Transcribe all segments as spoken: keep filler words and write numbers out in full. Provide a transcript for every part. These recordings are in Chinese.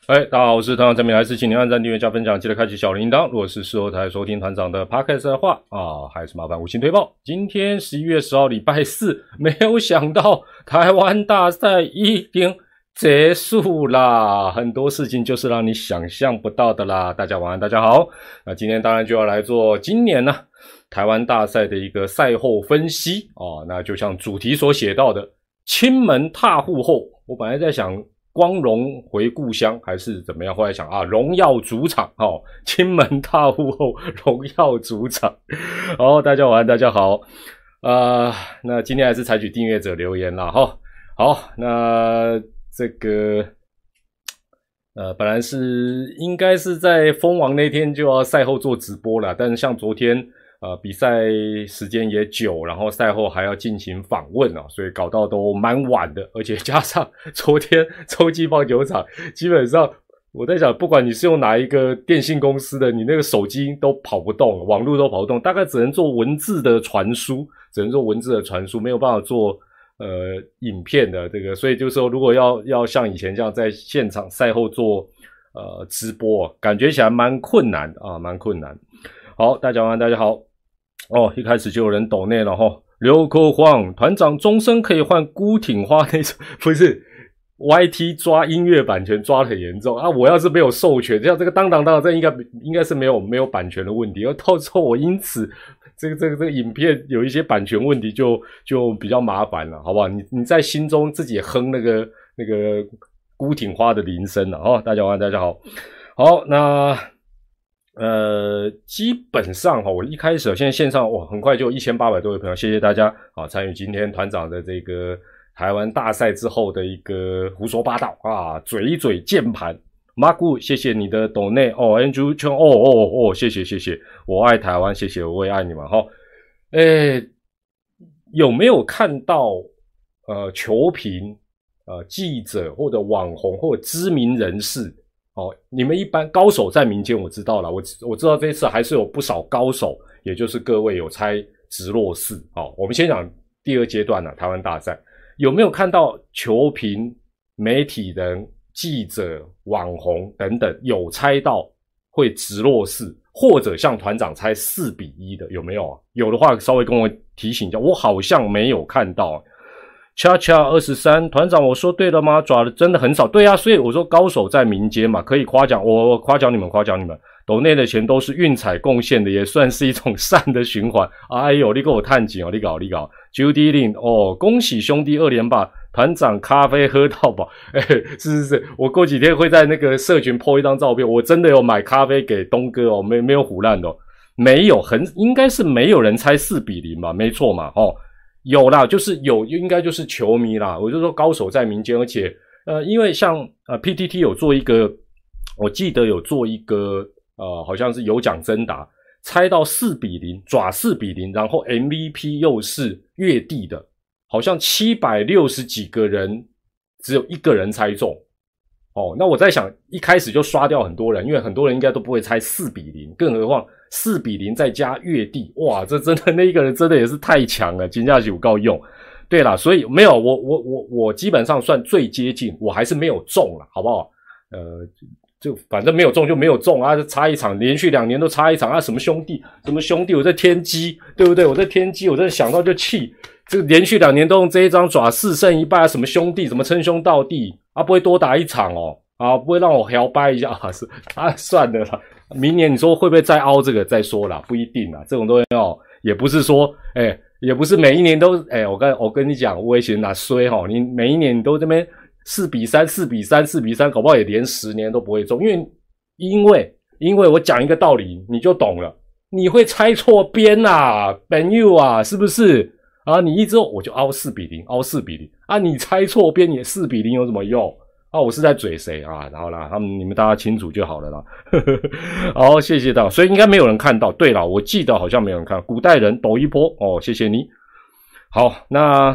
嗨，大家好，我是团长陈明，还是请您按赞、订阅、加分享，记得开启小铃铛。如果是事后才收听团长的 Podcast 的话啊，还是麻烦五星推爆。今天十一月十号礼拜四，没有想到台湾大赛已经结束啦，很多事情就是让你想象不到的啦。大家晚安，大家好。那今天当然就要来做今年呢、啊、台湾大赛的一个赛后分析啊。那就像主题所写到的，亲门踏户后，我本来在想光荣回故乡还是怎么样，后来想啊，荣耀主场哦，亲门踏户后，荣耀主场。好，大家晚安，大家好。呃，那今天还是采取订阅者留言啦哈。好，那这个呃，本来是应该是在封王那天就要赛后做直播啦，但是像昨天呃比赛时间也久，然后赛后还要进行访问啊，所以搞到都蛮晚的，而且加上昨天洲际棒球场，基本上我在想，不管你是用哪一个电信公司的，你那个手机都跑不动，网络都跑不动，大概只能做文字的传输，只能做文字的传输，没有办法做呃影片的这个，所以就是说，如果要要像以前这样在现场赛后做呃直播，感觉起来蛮困难啊，蛮困难。好，大家晚安，大家好。哦，一开始就有人抖内了齁，刘科晃团长终身可以换孤挺花那种，不是 Y T 抓音乐版权抓得很严重啊！我要是没有授权，像这个当当当，这应该应该是没有没有版权的问题，而到时候我因此这个这个这个影片有一些版权问题就就比较麻烦了，好不好？你你在心中自己哼那个那个孤挺花的铃声了哦，大家晚安，大家好，好那。呃，基本上哈，我一开始现在线上哇，很快就一千八百多位朋友，谢谢大家啊，参与今天团长的这个台湾大赛之后的一个胡说八道啊，嘴一嘴键盘。马古，谢谢你的抖内哦 ，Andrew 圈哦哦哦，谢谢谢谢，我爱台湾，谢谢，我也爱你们哈。诶，有没有看到呃球评、呃记者或者网红或者知名人士？哦，你们一般高手在民间，我知道了，我我知道这一次还是有不少高手，也就是各位有猜直落四。好，我们先讲第二阶段了，台湾大赛有没有看到球评、媒体人、记者、网红等等有猜到会直落四，或者像团长猜四比一的，有没有啊？有的话稍微跟我提醒一下，我好像没有看到。恰恰二十三，团长，我说对了吗？抓的真的很少，对啊，所以我说高手在民间嘛，可以夸奖我，夸奖你们，夸奖你们。斗内的钱都是运彩贡献的，也算是一种善的循环。哎呦，你给我探紧哦，你搞，你搞。Judy Lin， 哦，恭喜兄弟二连霸，团长咖啡喝到饱。哎，是是是，我过几天会在那个社群 po 一张照片，我真的有买咖啡给东哥哦，没没有唬烂的哦，没有，很应该是没有人猜四比零吧，没错嘛，哦。有啦，就是有，应该就是球迷啦。我就说高手在民间，而且呃，因为像呃 P T T 有做一个，我记得有做一个呃，好像是有奖征答，猜到四比零，爪四比零，然后 M V P 又是越地的，好像七百六十几个人，只有一个人猜中。哦，那我在想，一开始就刷掉很多人，因为很多人应该都不会猜四比零，更何况四比零再加越地，哇，这真的那一个人真的也是太强了，金价有够用。对啦，所以没有我我我我基本上算最接近，我还是没有中啦，好不好？呃，就反正没有中就没有中啊，差一场，连续两年都差一场啊，什么兄弟什么兄弟，我在天机，对不对？我在天机，我真的想到就气。这个连续两年都用这一张爪四胜一败啊，什么兄弟，什么称兄道弟啊，不会多打一场哦，啊，不会让我摇掰一下啊，是啊，算了啦，明年你说会不会再凹这个再说啦，不一定啦，这种东西哦，也不是说，哎、欸，也不是每一年都，哎、欸，我跟我跟你讲，我以前拿衰哈，你每一年你都这边四比三、四比三、四比三，搞不好也连十年都不会中，因为因为因为我讲一个道理你就懂了，你会猜错边啊，朋友啊，是不是？啊，你一之后我就凹四比零，凹四比零啊！你猜错边也四比零有什么用啊？我是在嘴谁啊？然后啦，他们你们大家清楚就好了啦。好，谢谢大家，所以应该没有人看到。对了，我记得好像没有人看。古代人抖一波哦，谢谢你。好，那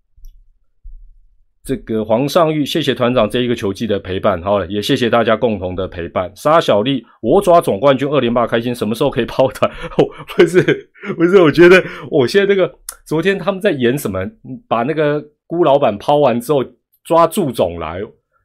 这个黄尚玉，谢谢团长这一个球季的陪伴，好了，也谢谢大家共同的陪伴。沙小丽，我抓总冠军二连霸开心，什么时候可以抛团？哦，不是不是，我觉得我现在那个昨天他们在演什么，把那个辜老板抛完之后抓祝总来，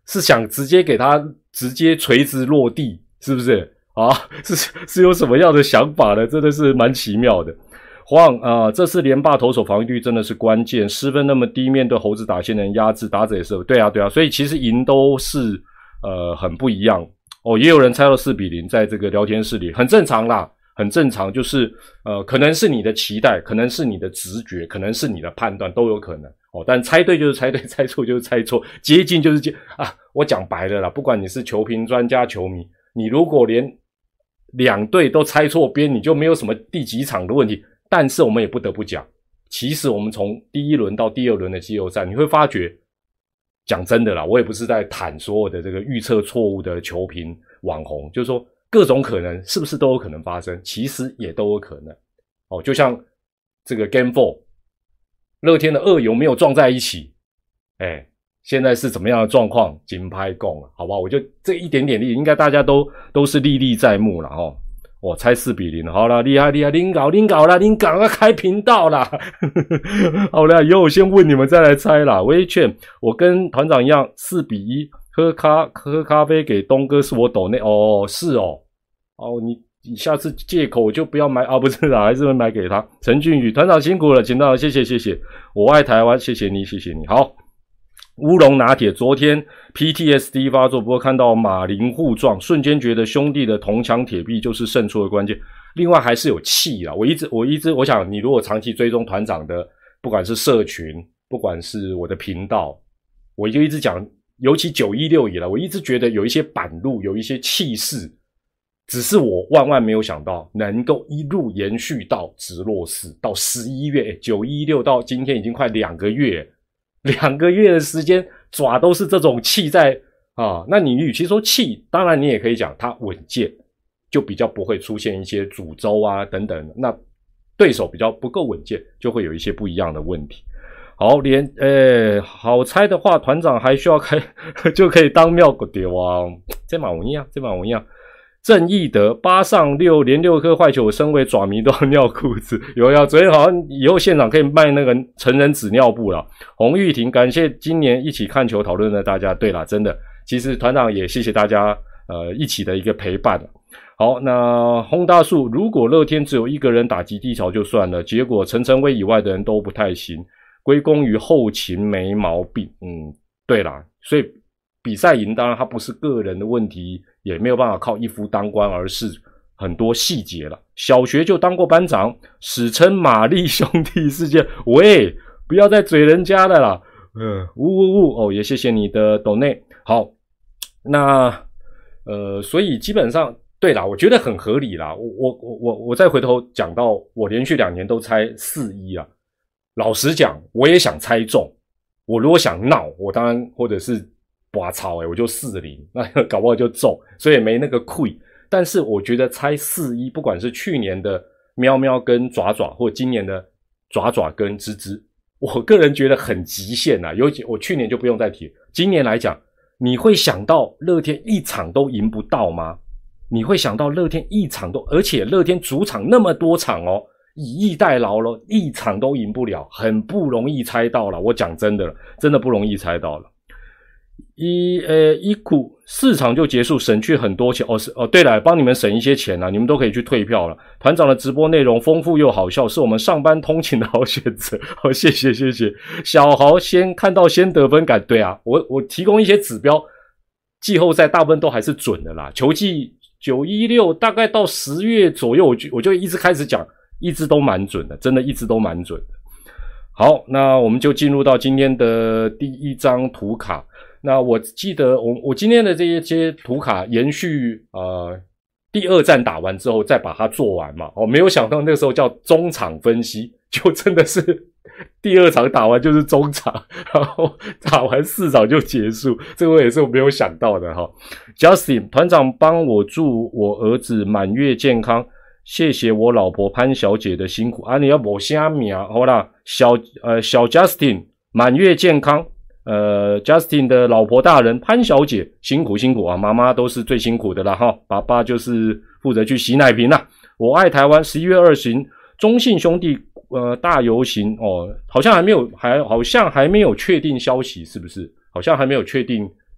是想直接给他直接垂直落地，是不是啊？是是有什么样的想法呢？真的是蛮奇妙的。黄啊、呃，这次连霸投手防御率真的是关键，失分那么低，面对猴子打线的人压制，打者也是对啊对啊，所以其实赢都是呃很不一样哦。也有人猜到四比零，在这个聊天室里很正常啦，很正常，就是呃可能是你的期待，可能是你的直觉，可能是你的判断都有可能哦。但猜对就是猜对，猜错就是猜错，接近就是接啊。我讲白了啦，不管你是球评专家、球迷，你如果连两队都猜错边，你就没有什么第几场的问题。但是我们也不得不讲，其实我们从第一轮到第二轮的季后赛，你会发觉，讲真的啦，我也不是在谈所有的这个预测错误的球评网红，就是说各种可能是不是都有可能发生，其实也都有可能。哦，就像这个 Game 四，乐天的二游没有撞在一起，哎，现在是怎么样的状况？金拍供了，好不好？我就这一点点例，应该大家都都是历历在目了哦。我猜四比零，好啦，厉害厉害，您搞您搞啦，您赶快开频道啦！好啦，以后我先问你们再来猜啦。微劝，我跟团长一样，四比一，喝咖喝咖啡给东哥是我抖内哦，是哦，哦你你下次借口就不要买啊，不是啦，还是会买给他。陈俊宇团长辛苦了，请到谢谢谢谢，我爱台湾，谢谢你谢谢你，好。乌龙拿铁昨天 P T S D 发作，不过看到马林互撞，瞬间觉得兄弟的铜墙铁壁就是胜出的关键。另外还是有气啦，我一直我一直我想你如果长期追踪团长的，不管是社群，不管是我的频道，我就一直讲，尤其九一六以来，我一直觉得有一些板路，有一些气势，只是我万万没有想到能够一路延续到直落四，到十一月，九一六到今天已经快两个月。两个月的时间，爪都是这种气在啊。那你与其说气，当然你也可以讲它稳健，就比较不会出现一些诅咒啊等等。那对手比较不够稳健，就会有一些不一样的问题。好，连诶好猜的话，团长还需要开就可以当庙狗丢啊。这马文一样，这马文一样。郑义德八上六连六颗坏球，我身为爪迷都要尿裤子。有呀，昨天好像以后现场可以卖那个成人纸尿布了。洪玉婷，感谢今年一起看球讨论的大家。对啦，真的，其实团长也谢谢大家呃一起的一个陪伴。好，那轰大树，如果乐天只有一个人打击地桥就算了，结果陈晨威以外的人都不太行，归功于后勤没毛病。嗯，对啦，所以比赛赢当然它不是个人的问题，也没有办法靠一夫当关，而是很多细节了。小学就当过班长，史称玛丽兄弟事件。喂，不要再嘴人家了啦。嗯，呜呜呜哦，也谢谢你的抖内。好，那呃，所以基本上对啦，我觉得很合理啦。我我我我我再回头讲到，我连续两年都猜四一啊。老实讲，我也想猜中。我如果想闹，我当然或者是拔草诶，我就四零，那搞不好就中，所以没那个亏。但是我觉得猜四一，不管是去年的喵喵跟爪爪，或今年的爪爪跟吱吱，我个人觉得很极限啊。尤其我去年就不用再提，今年来讲，你会想到乐天一场都赢不到吗？你会想到乐天一场都，而且乐天主场那么多场哦，以逸待劳了，一场都赢不了，很不容易猜到了。我讲真的了，真的不容易猜到了。一呃一股四场就结束，省去很多钱哦。是哦，对了，帮你们省一些钱啊，你们都可以去退票了。团长的直播内容丰富又好笑，是我们上班通勤的好选择。好、哦，谢谢谢谢。小豪先看到先得分感，对啊，我我提供一些指标，季后赛大部分都还是准的啦。球季九一六大概到十月左右，我就我就一直开始讲，一直都蛮准的，真的一直都蛮准的。好，那我们就进入到今天的第一张图卡。那我记得我我今天的这些图卡延续呃第二站打完之后再把它做完嘛，哦，没有想到那个时候叫中场分析，就真的是第二场打完就是中场，然后打完四场就结束，这个也是我没有想到的哈。Justin 团长帮我祝我儿子满月健康，谢谢我老婆潘小姐的辛苦啊，你要没啥名好啦，小呃小 Justin 满月健康。呃 ，Justin 的老婆大人潘小姐辛苦辛苦啊，妈妈都是最辛苦的啦哈，爸爸就是负责去洗奶瓶啦。我爱台湾，十一月二行中信兄弟呃大游行哦，好像还没有，还好像还没有确定消息，是不是？好像还没有确定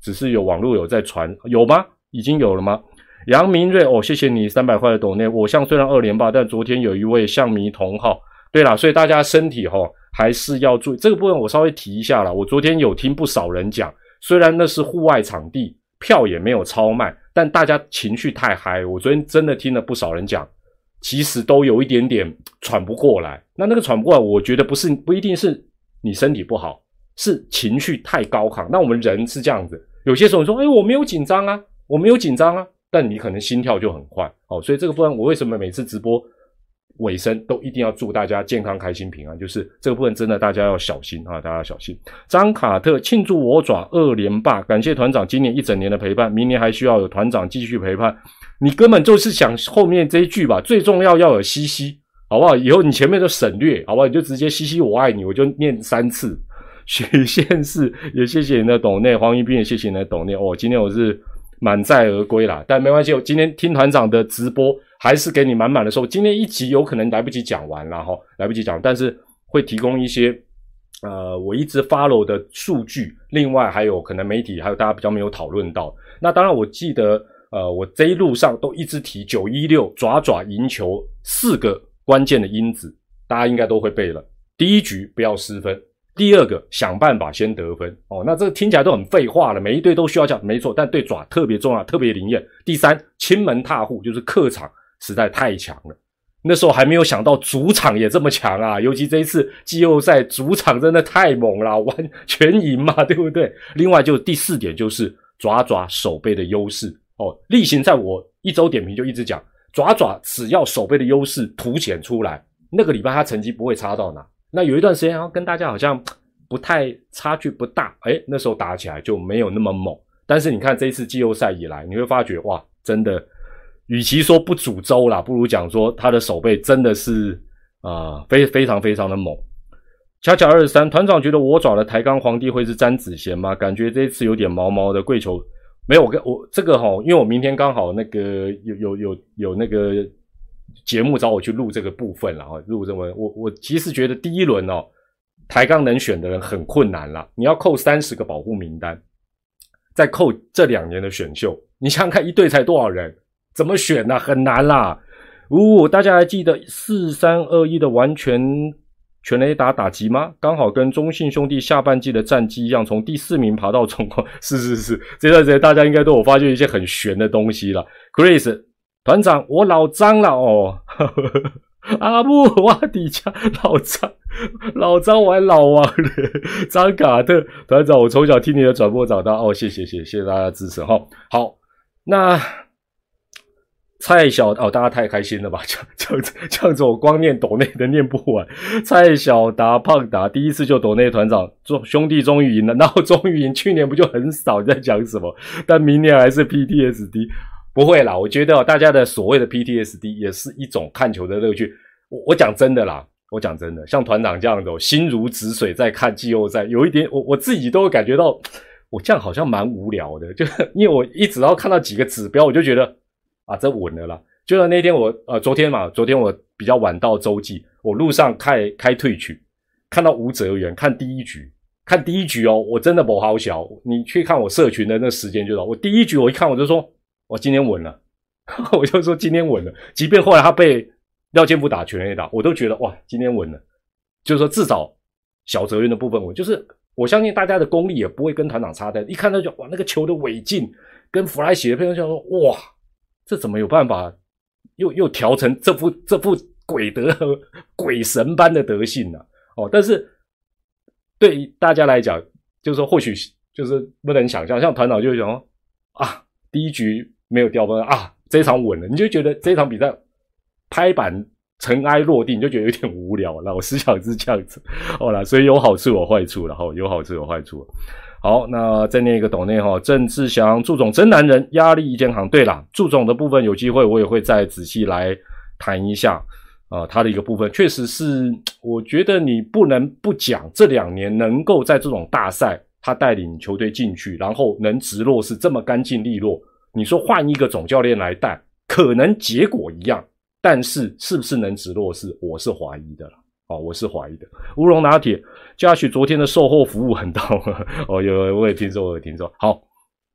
只是有网络有在传，有吗？已经有了吗？杨明瑞哦，谢谢你三百块的抖内。我像虽然二连霸，但昨天有一位象迷同号。对啦，所以大家身体齁还是要注意这个部分，我稍微提一下啦。我昨天有听不少人讲，虽然那是户外场地，票也没有超卖，但大家情绪太嗨，我昨天真的听了不少人讲，其实都有一点点喘不过来。那那个喘不过来，我觉得不是不一定是你身体不好，是情绪太高亢。那我们人是这样子，有些时候你说，哎，我没有紧张啊，我没有紧张啊。但你可能心跳就很快，哦，所以这个部分我为什么每次直播尾声都一定要祝大家健康、开心、平安，就是这个部分真的大家要小心啊，大家要小心。张卡特庆祝我爪二连霸，感谢团长今年一整年的陪伴，明年还需要有团长继续陪伴。你根本就是想后面这一句吧，最重要要有西西，好不好？以后你前面就省略，好不好？你就直接西西我爱你，我就念三次。许宪士也谢谢你的抖内，黄一斌也谢谢你的抖内，哦，今天我是满载而归啦，但没关系，我今天听团长的直播还是给你满满的收。今天一集有可能来不及讲完啦齁，来不及讲，但是会提供一些呃我一直 follow 的数据，另外还有可能媒体还有大家比较没有讨论到。那当然我记得呃我这一路上都一直提九一六爪爪赢球四个关键的因子，大家应该都会背了。第一局不要失分。第二个，想办法先得分哦，那这个听起来都很废话了，每一队都需要讲，没错，但对爪特别重要，特别灵验。第三，亲门踏户，就是客场实在太强了，那时候还没有想到主场也这么强啊，尤其这一次季后赛主场真的太猛了，完全赢嘛，对不对？另外就第四点就是爪爪守备的优势哦，例行在我一周点评就一直讲，爪爪只要守备的优势凸显出来，那个礼拜他成绩不会差到哪。那有一段时间跟大家好像不太差距不大，诶那时候打起来就没有那么猛。但是你看这一次季后赛以来，你会发觉哇，真的，与其说不主周啦，不如讲说他的守备真的是啊、呃、非非常非常的猛。恰恰二十三，团长觉得我爪的台钢皇帝会是詹子贤吗？感觉这一次有点毛毛的跪球，没有我跟我这个齁，因为我明天刚好那个有有有有那个。节目找我去录这个部分啦，录这个我我其实觉得第一轮哦，台钢能选的人很困难啦，你要扣三十个保护名单，再扣这两年的选秀，你想想看一队才多少人，怎么选啊？很难啦。呜、哦，大家还记得四三二一的完全全垒打打击吗？刚好跟中信兄弟下半季的战绩一样，从第四名爬到总冠，是是是，这段时间大家应该都有发现一些很玄的东西啦。Chris。团长，我老张了哦，阿布我底下老张，老张我还老王了，张卡特团长，我从小听你的转播长大哦，谢谢谢谢谢谢大家支持哈。好，那蔡小哦，大家太开心了吧？这样这样子这样子，我光念抖内的念不完。蔡小达、胖达第一次就抖内团长，兄弟终于赢了，然后终于赢，去年不就很少？你在讲什么？但明年还是 P T S D。不会啦，我觉得、哦、大家的所谓的 P T S D 也是一种看球的乐趣。我我讲真的啦，我讲真的，像团长这样的、哦、心如止水在看季后赛，有一点我我自己都会感觉到，我这样好像蛮无聊的，就因为我一直要看到几个指标，我就觉得啊，这稳了啦。就像那天我呃昨天嘛，昨天我比较晚到洲际，我路上开开退曲，看到吴哲源看第一局，看第一局哦，我真的不好小，你去看我社群的那时间就知道，我第一局我一看我就说。我今天稳了，我就说今天稳了。即便后来他被廖健富打全垒打，我都觉得哇，今天稳了。就是说至少小泽源的部分稳，就是我相信大家的功力也不会跟团长差太。一看到就哇，那个球的尾劲跟弗莱喜的配合，就说哇，这怎么有办法又又调成这副这副鬼德鬼神般的德性呢、啊？哦，但是对于大家来讲，就是说或许就是不能想象，像团长就会讲说啊，第一局。没有掉分啊，这一场稳了，你就觉得这一场比赛拍板尘埃落定，你就觉得有点无聊了。我思想是这样子，好啦，所以有好处有坏处了哈，有好处有坏处。好，那在那个抖内哈，郑志祥祝总真男人，压力一健行。对啦，祝总的部分有机会我也会再仔细来谈一下啊、呃，他的一个部分，确实是我觉得你不能不讲，这两年能够在这种大赛他带领球队进去，然后能直落是这么干净利落。你说换一个总教练来带，可能结果一样，但是是不是能直落是我是怀疑的啦。哦，我是怀疑的。乌龙拿铁，嘉许昨天的售后服务很到哦，有我也听说，我也听说。好，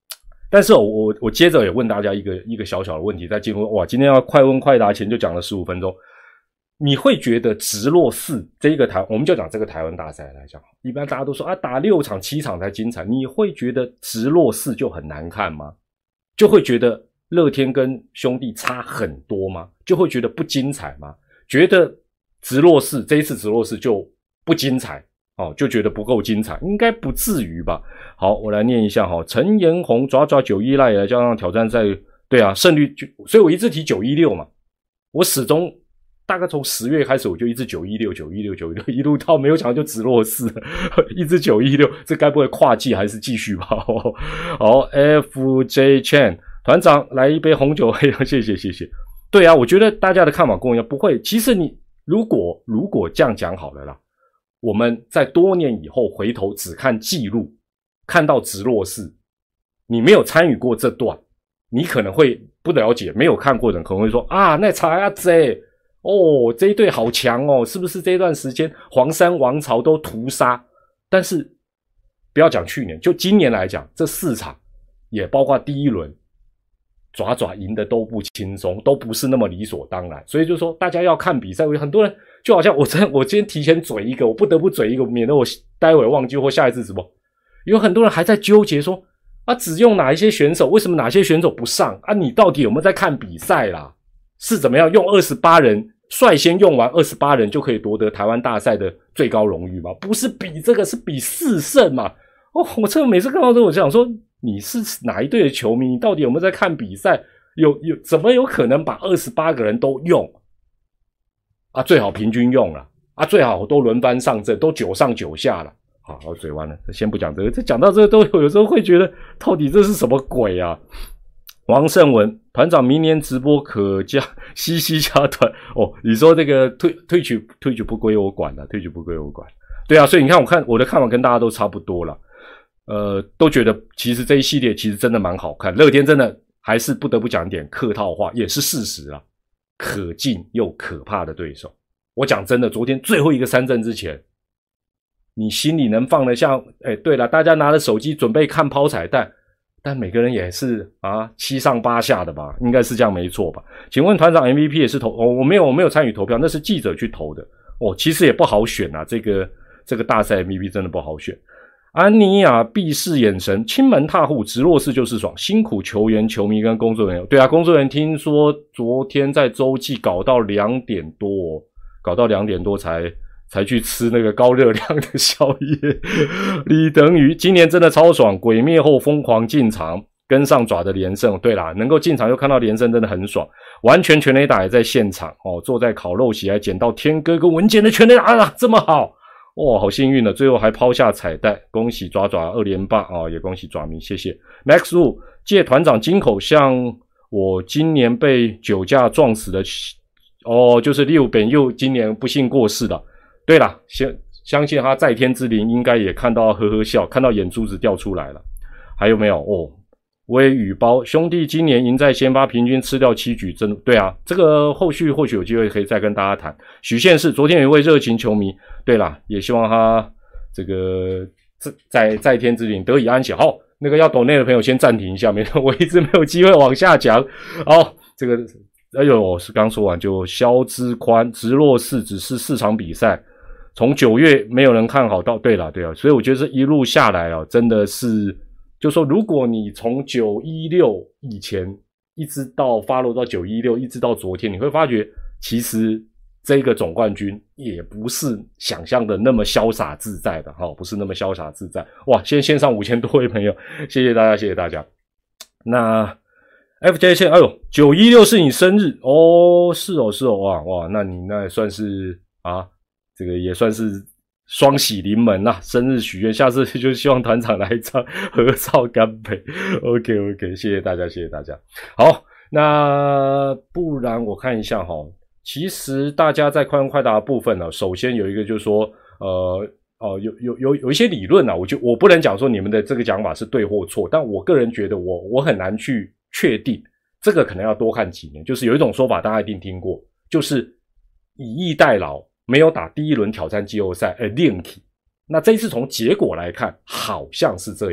但是我我我接着也问大家一个一个小小的问题，在进入哇，今天要快问快答前就讲了十五分钟，你会觉得直落四这一个台，我们就讲这个台湾大赛来讲，一般大家都说啊打六场七场才精彩，你会觉得直落四就很难看吗？就会觉得乐天跟兄弟差很多吗？就会觉得不精彩吗？觉得直落四这一次直落四就不精彩？哦，就觉得不够精彩，应该不至于吧？好，我来念一下哈，陈延宏爪爪九一赖来加上挑战赛，对啊，胜率就，所以我一直提九一六嘛，我始终大概从十月开始我就一直九一六九一六九一六一路到没有想到就直落四，一直九一六，这该不会跨季还是继续吧？好 ，F J Chen 团长来一杯红酒，谢谢谢谢。对啊，我觉得大家的看法跟我一样，不会。其实你如果如果这样讲好了啦。我们在多年以后回头只看记录，看到直落四，你没有参与过这段，你可能会不了解，没有看过的人可能会说啊，那查啊这哦，这一队好强哦，是不是这段时间黄山王朝都屠杀？但是不要讲去年，就今年来讲，这四场也包括第一轮，爪爪赢的都不轻松，都不是那么理所当然，所以就说大家要看比赛，很多人。就好像我真我今天提前嘴一个，我不得不嘴一个，免得我待会忘记或下一次直播。有很多人还在纠结说啊，只用哪一些选手，为什么哪些选手不上啊？你到底有没有在看比赛啦？是怎么样用二十八人率先用完二十八人就可以夺得台湾大赛的最高荣誉吗？不是比这个，是比四胜嘛。哦，我这每次看到这，我就想说你是哪一队的球迷？你到底有没有在看比赛？有有怎么有可能把二十八个人都用？啊，最好平均用了啊，最好都轮番上阵，都九上九下了。好，好嘴完了，先不讲这个。这讲到这个都有，有时候会觉得到底这是什么鬼啊？王胜文团长明年直播可加西西加团哦。你说这个退退取退取不归我管了，退取不归我管。对啊，所以你看，我看我的看法跟大家都差不多了。呃，都觉得其实这一系列其实真的蛮好看。乐天真的还是不得不讲一点客套话，也是事实啊。可敬又可怕的对手，我讲真的，昨天最后一个三振之前，你心里能放得下？哎，对了，大家拿着手机准备看抛彩蛋，但每个人也是啊七上八下的吧，应该是这样没错吧？请问团长 M V P 也是投？哦，我没有，我没有参与投票，那是记者去投的。哦，其实也不好选啊，这个这个大赛 M V P 真的不好选。安妮亚避世眼神，亲门踏户，直落四就是爽，辛苦球员、球迷跟工作人员。对啊，工作人员听说昨天在洲际搞到两点多、哦，搞到两点多才才去吃那个高热量的宵夜。李等于今年真的超爽，鬼灭后疯狂进场，跟上爪的连胜。对啦，能够进场又看到连胜真的很爽，完全全垒打也在现场哦，坐在烤肉席还捡到天哥跟文简的全垒打啊，这么好。哇、哦，好幸运的，最后还抛下彩带，恭喜爪爪二连霸啊、哦！也恭喜爪迷，谢谢 Max Wu 借团长金口向我今年被酒驾撞死的哦，就是六本又今年不幸过世了。对啦，相相信他在天之灵应该也看到呵呵笑，看到眼珠子掉出来了。还有没有哦？微雨包兄弟今年赢在先发，平均吃掉七局，真的对啊，这个后续或许有机会可以再跟大家谈。许宪是昨天有一位热情球迷，对啦，也希望他这个在在天之灵得以安息。好，那个要抖内的朋友先暂停一下，免得我一直没有机会往下讲。好，这个哎呦，我是刚说完就肖之宽直落四只是四场比赛，从九月没有人看好到对啦对啦，所以我觉得这一路下来啊，真的是。就说如果你从九一六以前一直到 follow 到九一六一直到昨天，你会发觉其实这个总冠军也不是想象的那么潇洒自在的、哦、不是那么潇洒自在。哇，现在线上五千多位朋友，谢谢大家谢谢大家。那 F J 线，哎呦九一六是你生日哦，是哦是哦，哇哇，那你那也算是啊，这个也算是双喜临门啦，生日许愿，下次就希望团长来一张合照干杯。OK OK， 谢谢大家，谢谢大家。好，那不然我看一下哈，其实大家在快问快答的部分呢，首先有一个就是说，呃呃，有有有有一些理论啊，我就我不能讲说你们的这个讲法是对或错，但我个人觉得我我很难去确定，这个可能要多看几年。就是有一种说法，大家一定听过，就是以逸待劳。没有打第一轮挑战季后赛，而练体。那这一次从结果来看，好像是这样，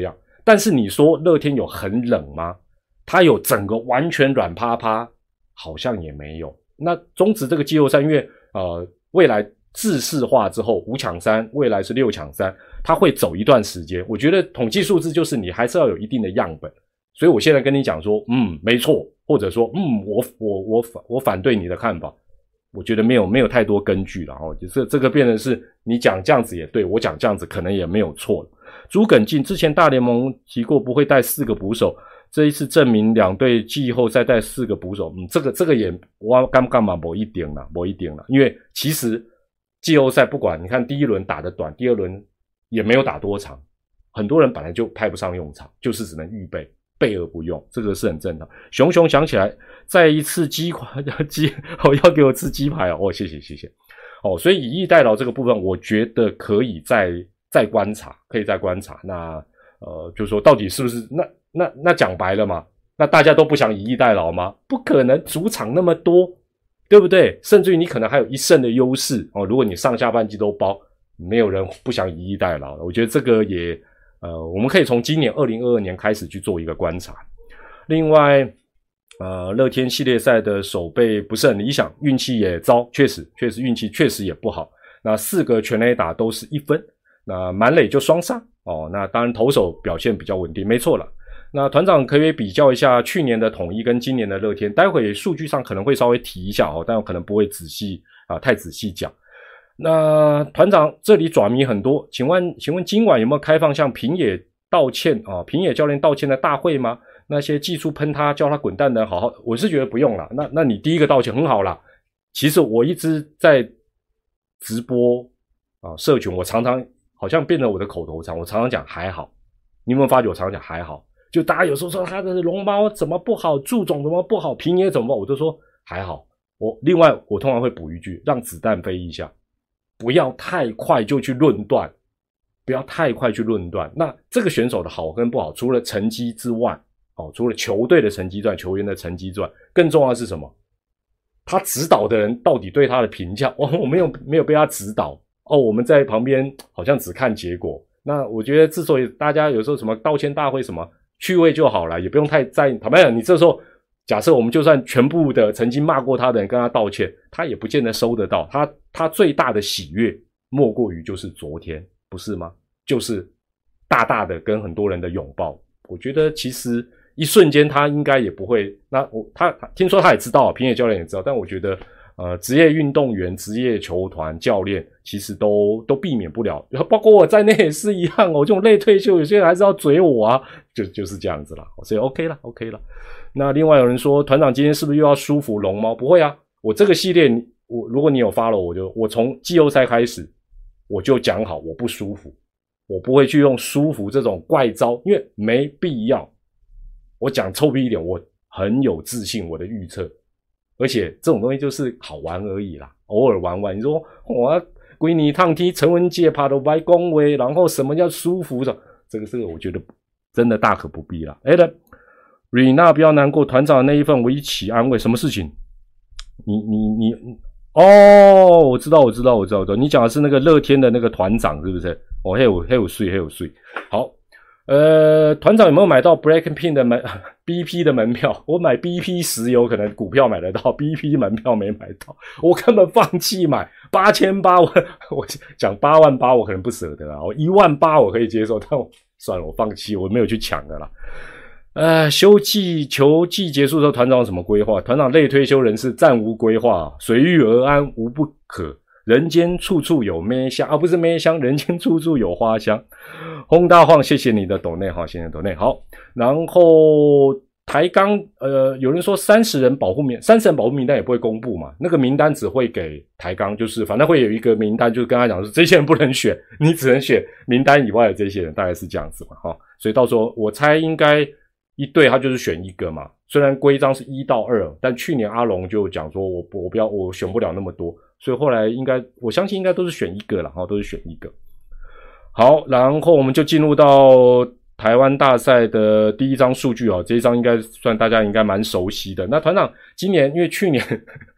但是你说乐天有很冷吗？他有整个完全软趴趴，好像也没有。那中职这个季后赛，因为呃未来制式化之后五抢三，未来是六抢三，它会走一段时间。我觉得统计数字就是你还是要有一定的样本，所以我现在跟你讲说，嗯，没错，或者说，嗯，我我我反我反对你的看法，我觉得没有没有太多根据了哦，就是这个变成是你讲这样子也对，我讲这样子可能也没有错了。朱耿进之前大联盟提过不会带四个捕手。这一次证明两队季后赛带四个捕手，嗯，这个这个也我干干嘛没一点啦，没一点啦，因为其实季后赛不管你看第一轮打得短，第二轮也没有打多长，很多人本来就派不上用场，就是只能预备，备而不用，这个是很正常。熊熊想起来，再一次鸡块鸡哦，要给我吃鸡排哦，哦，谢谢谢谢哦，所以以逸待劳这个部分，我觉得可以再再观察，可以再观察。那呃，就是说到底是不是那。那那讲白了嘛，那大家都不想以逸待劳吗？不可能，主场那么多，对不对？甚至于你可能还有一胜的优势哦。如果你上下半季都包，没有人不想以逸待劳了。我觉得这个也呃，我们可以从今年二零二二年开始去做一个观察。另外，呃，乐天系列赛的守备不是很理想，运气也糟，确实确实运气确实也不好。那四个全垒打都是一分，那满垒就双杀哦。那当然投手表现比较稳定，没错了。那团长可以比较一下去年的统一跟今年的乐天，待会数据上可能会稍微提一下哦，但我可能不会仔细啊太仔细讲。那团长这里爪迷很多，请问请问今晚有没有开放向平野道歉啊？平野教练道歉的大会吗？那些技术喷他叫他滚蛋的好好，我是觉得不用啦。那那你第一个道歉很好啦。其实我一直在直播啊社群，我常常好像变成我的口头禅，我常常讲还好。你有没有发觉我常常讲还好？就大家有时候说他的龙猫怎么不好，祝总怎么不好，平野怎么不好，我就说还好。我另外我通常会补一句，让子弹飞一下，不要太快就去论断，不要太快去论断。那这个选手的好跟不好，除了成绩之外，哦，除了球队的成绩之外，球员的成绩之外，更重要的是什么？他指导的人到底对他的评价？哦，我没有没有被他指导哦，我们在旁边好像只看结果。那我觉得之所以大家有时候什么道歉大会什么。趣味就好了，也不用太在意。坦白讲，你这时候假设我们就算全部的曾经骂过他的人跟他道歉，他也不见得收得到。他他最大的喜悦莫过于就是昨天，不是吗？就是大大的跟很多人的拥抱。我觉得其实一瞬间他应该也不会。那我他听说他也知道，平野教练也知道，但我觉得呃，职业运动员、职业球团教练其实都都避免不了，包括我在内也是一样哦。这种类退休，有些人还是要嘴我啊，就就是这样子啦。所以 OK 啦 OK 啦。那另外有人说，团长今天是不是又要舒服龙猫？不会啊，我这个系列，我如果你有 follow， 我就我从季后赛开始，我就讲好我不舒服，我不会去用舒服这种怪招，因为没必要。我讲臭屁一点，我很有自信，我的预测。而且这种东西就是好玩而已啦，偶尔玩玩。你说我归你烫踢陈文杰爬都白恭维，然后什么叫舒服的？这个这个我觉得真的大可不必啦。哎的，瑞娜不要难过，团长的那一份我一起安慰。什么事情？你你你哦，我知道我知道我知道我知道，你讲的是那个乐天的那个团长是不是？哦，嘿有嘿有税嘿有税。好。呃，团长有没有买到 Blackpink 的门 B P 的门票？我买 B P 石油可能股票买得到 ，B P 门票没买到，我根本放弃买八千八，我我讲八万八我可能不舍得啊，我一万八我可以接受，但我算了，我放弃，我没有去抢的啦。呃，休季球季结束之后，团长有什么规划？团长类退休人士暂无规划，随遇而安无不可。人间处处有咩香啊，不是咩香，人间处处有花香。轰大晃，谢谢你的抖内哈，谢谢抖内好。然后台钢呃，有人说三十人保护名，三十人保护名单也不会公布嘛，那个名单只会给台钢，就是反正会有一个名单，就是跟他讲说这些人不能选，你只能选名单以外的这些人，大概是这样子嘛哈。所以到时候我猜应该一队他就是选一个嘛，虽然规章是一到二，但去年阿龙就讲说我我不要我选不了那么多。所以后来应该，我相信应该都是选一个啦，哈，都是选一个。好，然后我们就进入到台湾大赛的第一张数据哦，这一张应该算大家应该蛮熟悉的。那团长今年因为去年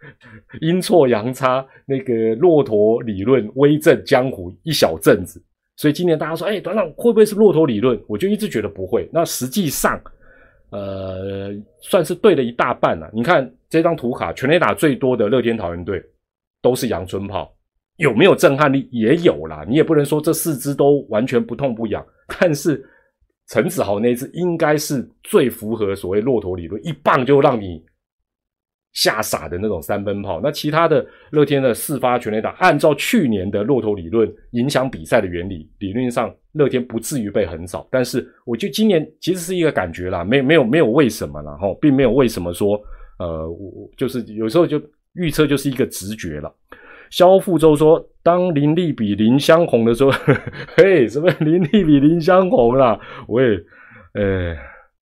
阴错阳差，那个骆驼理论威震江湖一小阵子， 所以今年大家说，哎，团长会不会是骆驼理论？我就一直觉得不会。那实际上，呃，算是对了一大半了。你看这张图卡，全垒打最多的乐天桃园队都是阳春炮，有没有震撼力？也有啦。你也不能说这四支都完全不痛不痒，但是陈子豪那一支应该是最符合所谓骆驼理论，一棒就让你吓傻的那种三分炮。那其他的乐天的四发全垒打，按照去年的骆驼理论影响比赛的原理，理论上乐天不至于被横扫。但是我觉得今年其实是一个感觉啦，没没有没有为什么啦，齁，并没有为什么说，呃，我就是有时候就预测就是一个直觉啦。萧富州说，当林立比林香红的时候，嘿，什么林立比林香红啦？喂，呃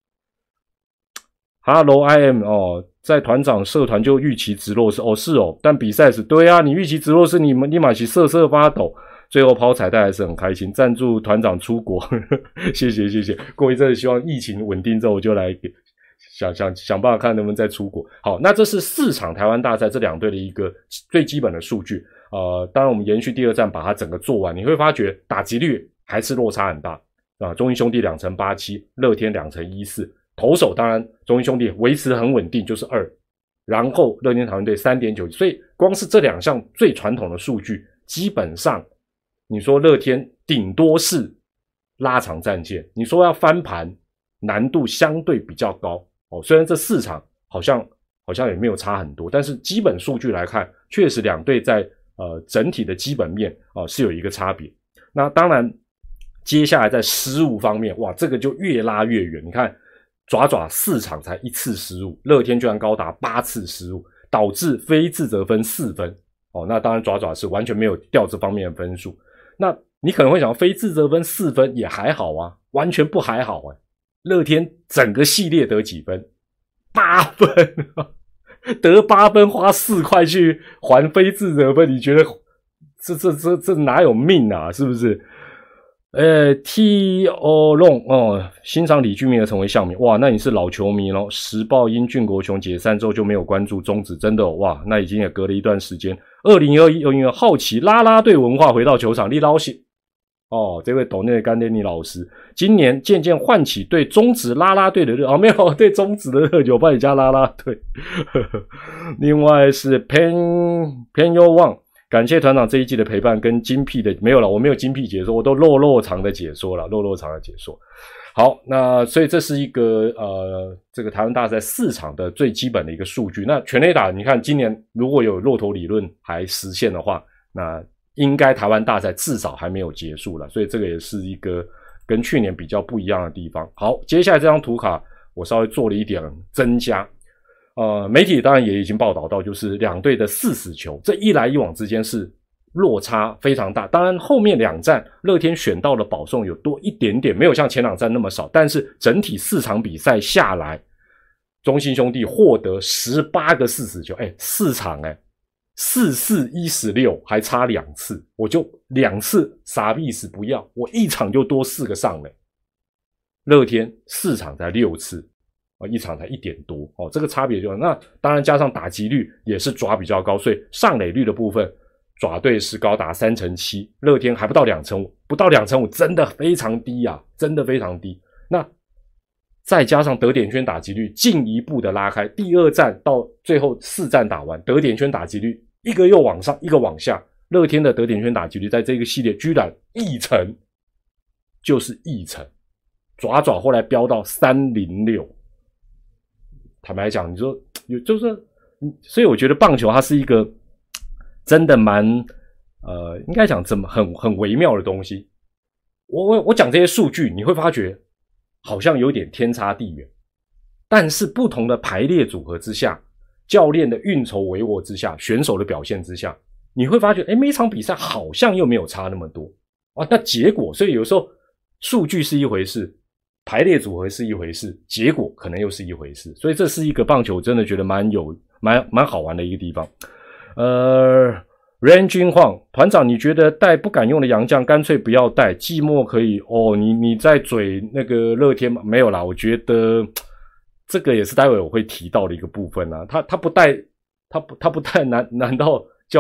，Hello I am 哦。在团长社团就预期直落是哦是哦，但比赛时对啊，你预期直落是你们立马起瑟瑟发抖，最后抛彩带还是很开心。赞助团长出国，呵呵谢谢谢谢。过一阵希望疫情稳定之后，我就来给想想想办法看能不能再出国。好，那这是四场台湾大赛这两队的一个最基本的数据。呃，当然我们延续第二站把它整个做完，你会发觉打击率还是落差很大啊。中英兄弟两成八七，乐天两成一四。投手当然中英兄弟维持很稳定，就是二，然后乐天桃园队 三点九， 所以光是这两项最传统的数据，基本上你说乐天顶多是拉长战线，你说要翻盘难度相对比较高哦。虽然这四场好像好像也没有差很多，但是基本数据来看，确实两队在呃整体的基本面哦、呃、是有一个差别。那当然接下来在失误方面，哇，这个就越拉越远。你看爪爪四场才一次失误，乐天居然高达八次失误，导致非自责分四分。哦，那当然爪爪是完全没有掉这方面的分数。那你可能会想，非自责分四分也还好啊，完全不还好哎。乐天整个系列得几分？八分，得八分花四块去还非自责分，你觉得这这这这哪有命啊？是不是？呃 ，T O Long 哦，欣赏李俊明的成为象迷，哇，那你是老球迷咯。时报因俊国雄解散之后就没有关注中职，真的、哦、哇，那已经也隔了一段时间。二零二一又因为好奇啦啦队文化回到球场，你老喜哦，这位斗内干爹你老师，今年渐渐唤起对中职啦啦队的热，哦，没有对中职的热酒，帮你加啦啦队。另外是 Pen Pen You Wang。感谢团长这一季的陪伴跟精辟的，没有了，我没有精辟解说，我都肉肉长的解说了，肉肉长的解说。好，那所以这是一个呃，这个台湾大赛四场的最基本的一个数据。那全垒打，你看今年如果有骆驼理论还实现的话，那应该台湾大赛至少还没有结束了，所以这个也是一个跟去年比较不一样的地方。好，接下来这张图卡我稍微做了一点增加。呃，媒体当然也已经报道到，就是两队的四死球，这一来一往之间是落差非常大。当然后面两战乐天选到的保送有多一点点，没有像前两战那么少，但是整体四场比赛下来，中信兄弟获得十八个四死球，诶四场诶四四一十六，还差两次，我就两次傻逼死不要，我一场就多四个上垒。乐天四场才六次。哦，一场才一点多哦，这个差别就那当然加上打击率也是爪比较高，所以上垒率的部分爪队是高达三成七，乐天还不到两成五，不到两成五真的非常低啊，真的非常低。那再加上得点圈打击率进一步的拉开，第二战到最后四战打完，得点圈打击率一个又往上，一个往下，乐天的得点圈打击率在这个系列居然一成，就是一成，爪爪后来飙到三零六。坦白讲，你说有就是，所以我觉得棒球它是一个真的蛮呃，应该讲怎么很很微妙的东西。我我我讲这些数据，你会发觉好像有点天差地远，但是不同的排列组合之下，教练的运筹帷幄之下，选手的表现之下，你会发觉，诶，每场比赛好像又没有差那么多啊。那结果，所以有时候数据是一回事。排列组合是一回事，结果可能又是一回事，所以这是一个棒球真的觉得蛮有蛮蛮好玩的一个地方。呃 ，Ran 君晃团长，你觉得带不敢用的洋将干脆不要带，季末可以哦？你你在嘴那个乐天吗？没有啦，我觉得这个也是待会我会提到的一个部分啊。他他不带，他不他不带，难难道叫他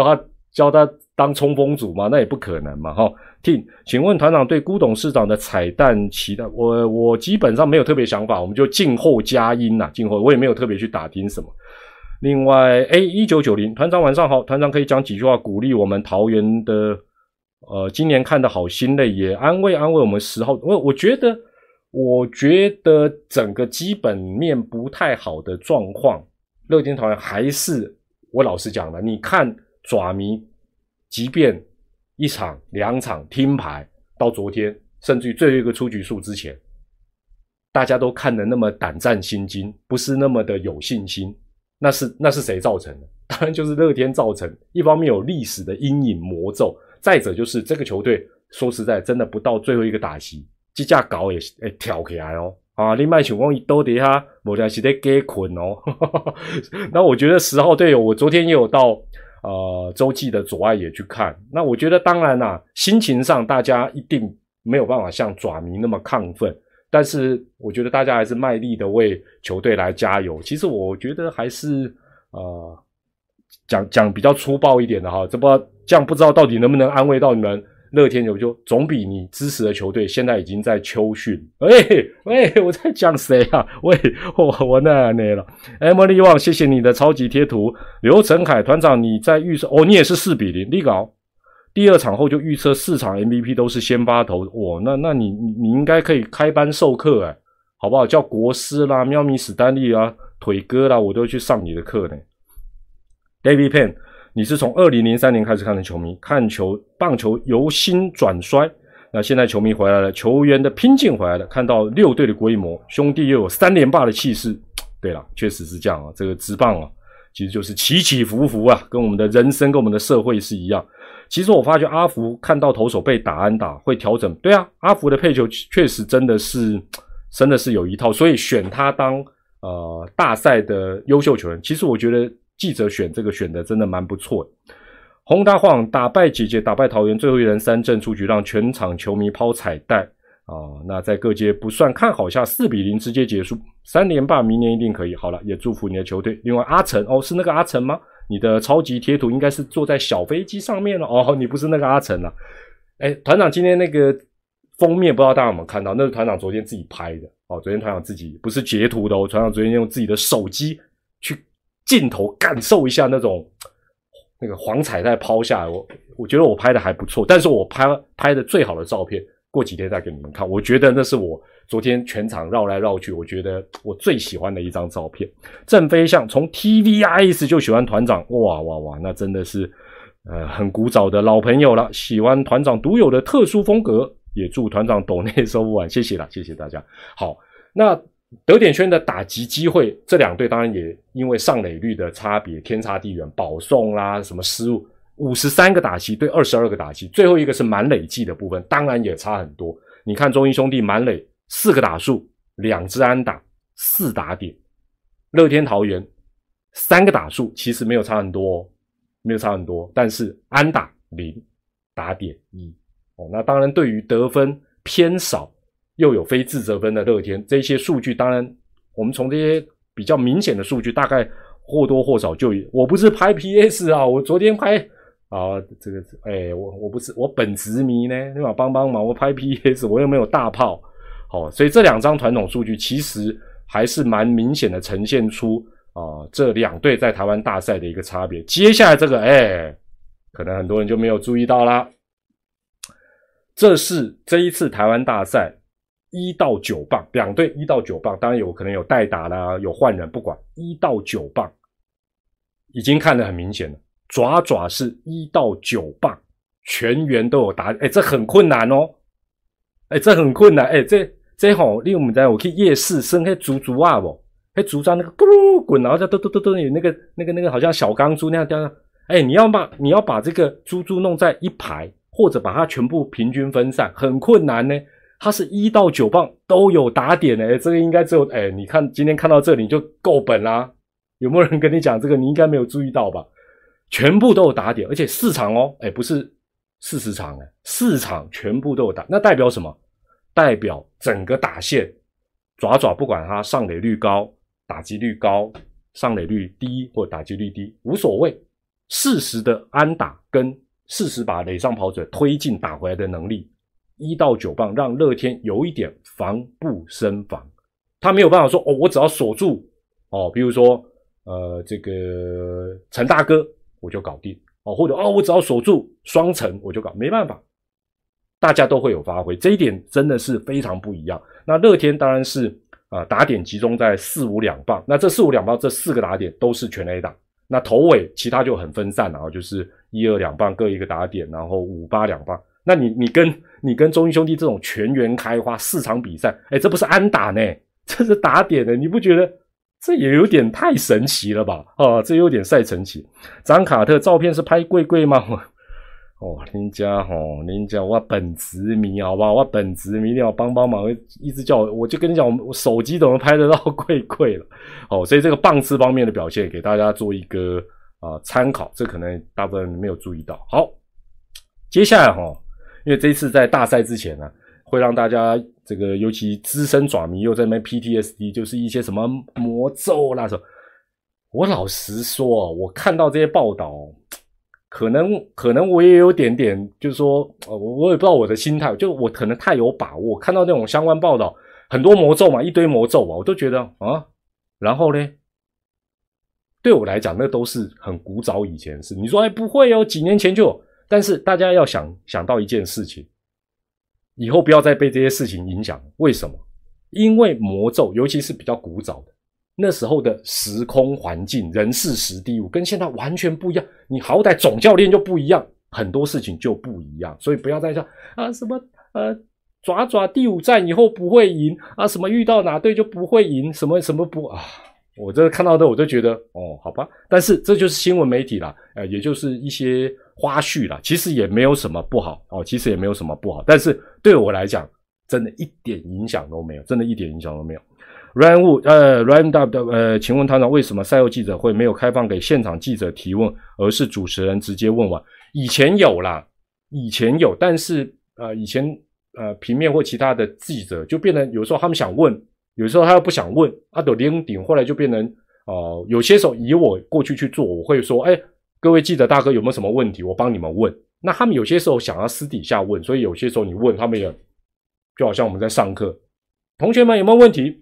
叫他当冲锋组吗？那也不可能嘛，哈。听，请问团长对辜董事长的彩蛋期待，我我基本上没有特别想法，我们就静候佳音呐，静候，我也没有特别去打听什么。另外 A 一九九零 团长晚上好，团长可以讲几句话鼓励我们桃园的呃今年看得好心累，也安慰安慰我们十号，我我觉得我觉得整个基本面不太好的状况，乐天桃园还是我老实讲了，你看爪迷即便一场两场听牌到昨天甚至于最后一个出局数之前，大家都看得那么胆战心惊，不是那么的有信心，那是那是谁造成的？当然就是乐天造成，一方面有历史的阴影魔咒，再者就是这个球队说实在真的不到最后一个打席这架搞也会跳起来哦啊！你别想说他都在下没在是在给困哦。那我觉得十号队友，我昨天也有到呃洲际的左爱也去看，那我觉得当然啦，心情上大家一定没有办法像爪迷那么亢奋，但是我觉得大家还是卖力的为球队来加油。其实我觉得还是呃讲讲比较粗暴一点的哈，这不知道这样不知道到底能不能安慰到你们乐天友，就总比你支持的球队现在已经在秋训。喂喂，我在讲谁啊？喂，我我那那了。Emily Wang， 谢谢你的超级贴图。刘成凯团长，你在预测哦，你也是四比零，你搞。第二场后就预测四场 M V P 都是先发投，哇，那那你你应该可以开班授课诶，好不好？叫国师啦、喵咪史丹利啦、腿哥啦，我都去上你的课呢。David Pan， 你是从二零零三年开始看的球迷，看球棒球由兴转衰，那现在球迷回来了，球员的拼劲回来了，看到六队的规模，兄弟又有三连霸的气势。对啦，确实是这样啊，这个职棒啊，其实就是起起伏伏啊，跟我们的人生跟我们的社会是一样。其实我发觉阿福看到投手被打安打会调整，对啊，阿福的配球确实真的是真的是有一套，所以选他当呃大赛的优秀球员，其实我觉得记者选这个选的真的蛮不错的。宏大晃打败姐姐，打败桃园，最后一人三振出局，让全场球迷抛彩带啊、呃！那在各界不算看好下，四比零直接结束，三连霸，明年一定可以。好了，也祝福你的球队。另外，阿成哦，是那个阿成吗？你的超级贴图应该是坐在小飞机上面了哦，你不是那个阿成啊？哎，团长今天那个封面不知道大家有没有看到？那是团长昨天自己拍的哦，昨天团长自己不是截图的哦，团长昨天用自己的手机去镜头感受一下那种那个黄彩带抛下来，我我觉得我拍的还不错，但是我拍拍的最好的照片，过几天再给你们看。我觉得那是我昨天全场绕来绕去，我觉得我最喜欢的一张照片。郑飞象从 T V I S 就喜欢团长，哇哇哇，那真的是呃很古早的老朋友了，喜欢团长独有的特殊风格，也祝团长斗内收不完，谢谢啦，谢谢大家。好，那德典轩的打击机会，这两队当然也因为上垒率的差别天差地远，保送啦什么失误，五十三个打击对二十二个打击，最后一个是满垒计的部分，当然也差很多。你看中英兄弟满垒四个打数，两支安打，四打点。乐天桃园三个打数，其实没有差很多哦，没有差很多，但是安打零，打点一。哦，那当然对于得分偏少又有非自责分的乐天，这些数据当然我们从这些比较明显的数据，大概或多或少就我不是拍 P S 啊，我昨天拍啊，这个哎，我我不是我本职迷呢，对吧？帮帮忙，我拍 P S， 我又没有大炮。好，所以这两张团统数据其实还是蛮明显的呈现出啊、呃、这两队在台湾大赛的一个差别。接下来这个哎，可能很多人就没有注意到啦。这是这一次台湾大赛一到九棒，两队一到九棒，当然有可能有代打啦，有换人，不管一到九棒，已经看得很明显了。爪爪是一到九棒，全员都有打，哎，这很困难哦，哎，这很困难，哎，这这吼，你有没有我去夜市生那竹竹啊不？那竹竿那个咕噜滚，然后就嘟嘟嘟嘟，有那个那个那个好像小钢珠那样这样，哎，你要把你要把这个珠珠弄在一排，或者把它全部平均分散，很困难呢。它是一到九棒都有打点诶，这个应该只有诶，你看今天看到这里就够本啦。有没有人跟你讲这个？你应该没有注意到吧？全部都有打点，而且四场哦，诶，不是四十场诶，四场全部都有打，那代表什么？代表整个打线爪爪不管它上垒率高、打击率高、上垒率低或打击率低无所谓， 适时的安打跟适时把垒上跑者推进打回来的能力，一到九棒让乐天有一点防不胜防。他没有办法说哦，我只要锁住哦，比如说呃这个陈大哥我就搞定哦，或者哦我只要锁住双城我就搞，没办法。大家都会有发挥，这一点真的是非常不一样。那乐天当然是啊、呃、打点集中在四五两棒，那这四五两棒这四个打点都是全垒打。那头尾其他就很分散了，就是一二两棒各一个打点，然后五八两棒。那你你跟你跟中英兄弟这种全员开花四场比赛，诶这不是安打呢，这是打点呢，你不觉得这也有点太神奇了吧？哦，这有点太神奇。张卡特照片是拍贵贵吗？哦，您家哦，您家我本职迷好不好？我本职迷一定要帮帮忙，一直叫我，我就跟你讲，我手机怎么拍得到贵贵了？哦，所以这个棒次方面的表现给大家做一个啊、呃、参考，这可能大部分人没有注意到。好，接下来哈、哦，因为这一次在大赛之前呢，会让大家这个尤其资深爪迷又在那边 P T S D， 就是一些什么魔咒啦什么。我老实说，我看到这些报道。可能可能我也有点点，就是说，呃，我也不知道我的心态，就我可能太有把握，看到那种相关报道，很多魔咒嘛，一堆魔咒嘛，我都觉得啊，然后呢，对我来讲，那都是很古早以前的事。你说，哎，不会哦，几年前就有，但是大家要想想到一件事情，以后不要再被这些事情影响。为什么？因为魔咒，尤其是比较古早的。那时候的时空环境、人事时地物跟现在完全不一样，你好歹总教练就不一样，很多事情就不一样，所以不要再说啊什么呃爪爪第五站以后不会赢啊，什么遇到哪队就不会赢，什么什么不啊，我这看到的我就觉得哦好吧，但是这就是新闻媒体啦，呃也就是一些花絮啦，其实也没有什么不好哦，其实也没有什么不好，但是对我来讲真的一点影响都没有，真的一点影响都没有。Ryan Wu 呃 Ryan W 呃，请问团长为什么赛后记者会没有开放给现场记者提问，而是主持人直接问完？以前有啦，以前有，但是呃以前呃平面或其他的记者就变成有时候他们想问，有时候他又不想问，啊都零顶，后来就变成哦、呃、有些时候以我过去去做，我会说，哎，各位记者大哥有没有什么问题，我帮你们问。那他们有些时候想要私底下问，所以有些时候你问他们也就好像我们在上课，同学们有没有问题？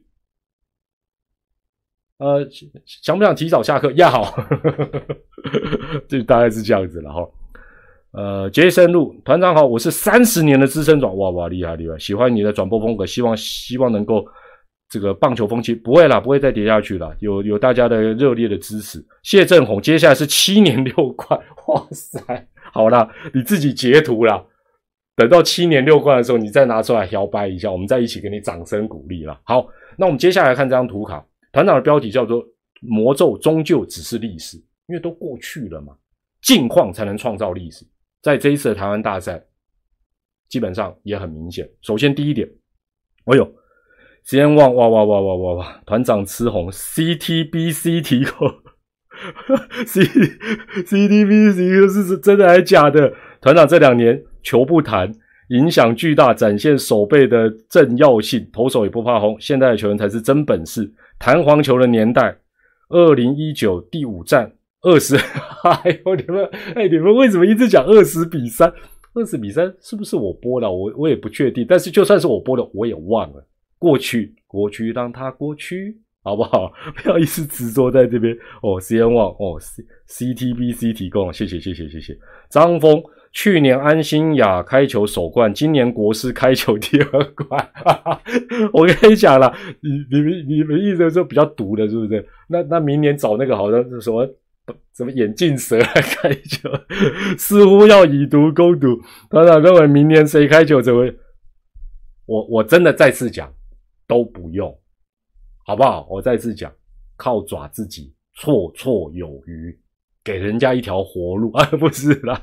呃，想不想提早下课？要，就大概是这样子了哈。呃，杰森路团长好，我是三十年的资深转，哇哇厉害厉害，喜欢你的转播风格，希望希望能够这个棒球风气不会啦，不会再跌下去啦，有有大家的热烈的支持。谢振宏，接下来是七年六冠，哇塞，好啦，你自己截图啦，等到七年六冠的时候，你再拿出来摇摆一下，我们再一起给你掌声鼓励啦。好，那我们接下来看这张图卡。团长的标题叫做魔咒终究只是历史，因为都过去了嘛，近况才能创造历史。在这一次的台湾大赛基本上也很明显。首先第一点，哎呦时间旺，哇哇哇哇哇哇，团长吃红 C T B C 提供C CTB C 是真的还是假的？团长这两年球不弹，影响巨大，展现手背的正要性，投手也不怕红，现在的球员才是真本事。弹簧球的年代，二零一九第五战二十，哎呦你们，哎你们为什么一直讲二十比三？二十比三是不是我播的？我我也不确定，但是就算是我播的，我也忘了。过去，过去让它过去，好不好？不要一直执着在这边哦。时间旺哦 ，C C T B C 提供，谢谢谢谢谢谢。张峰。去年安心亚开球首冠，今年国师开球第二冠。我跟你讲啦，你你们你们意思说比较毒的，是不是？那那明年找那个好像是什么什么眼镜蛇来开球，似乎要以毒攻毒。团长认为明年谁开球怎么？我我真的再次讲，都不用，好不好？我再次讲，靠爪自己，绰绰有余。给人家一条活路啊，不是啦，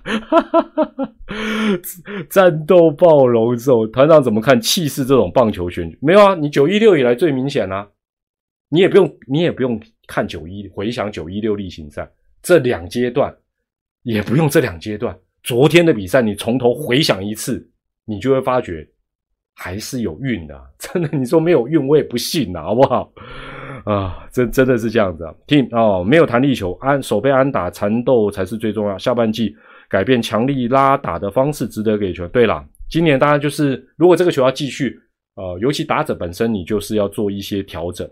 战斗暴龙兽团长怎么看气势这种棒球选举？没有啊，你九一六以来最明显啊，你也不用你也不用看九一回想九一六例行赛这两阶段，也不用这两阶段，昨天的比赛你从头回想一次，你就会发觉还是有运的、啊，真的，你说没有运我也不信啊，好不好？ 啊，真真的是这样子啊 ，Team 哦，没有弹力球，安手被安打缠斗才是最重要。下半季改变强力拉打的方式，值得给球。对啦，今年当然就是，如果这个球要继续，呃，尤其打者本身，你就是要做一些调整。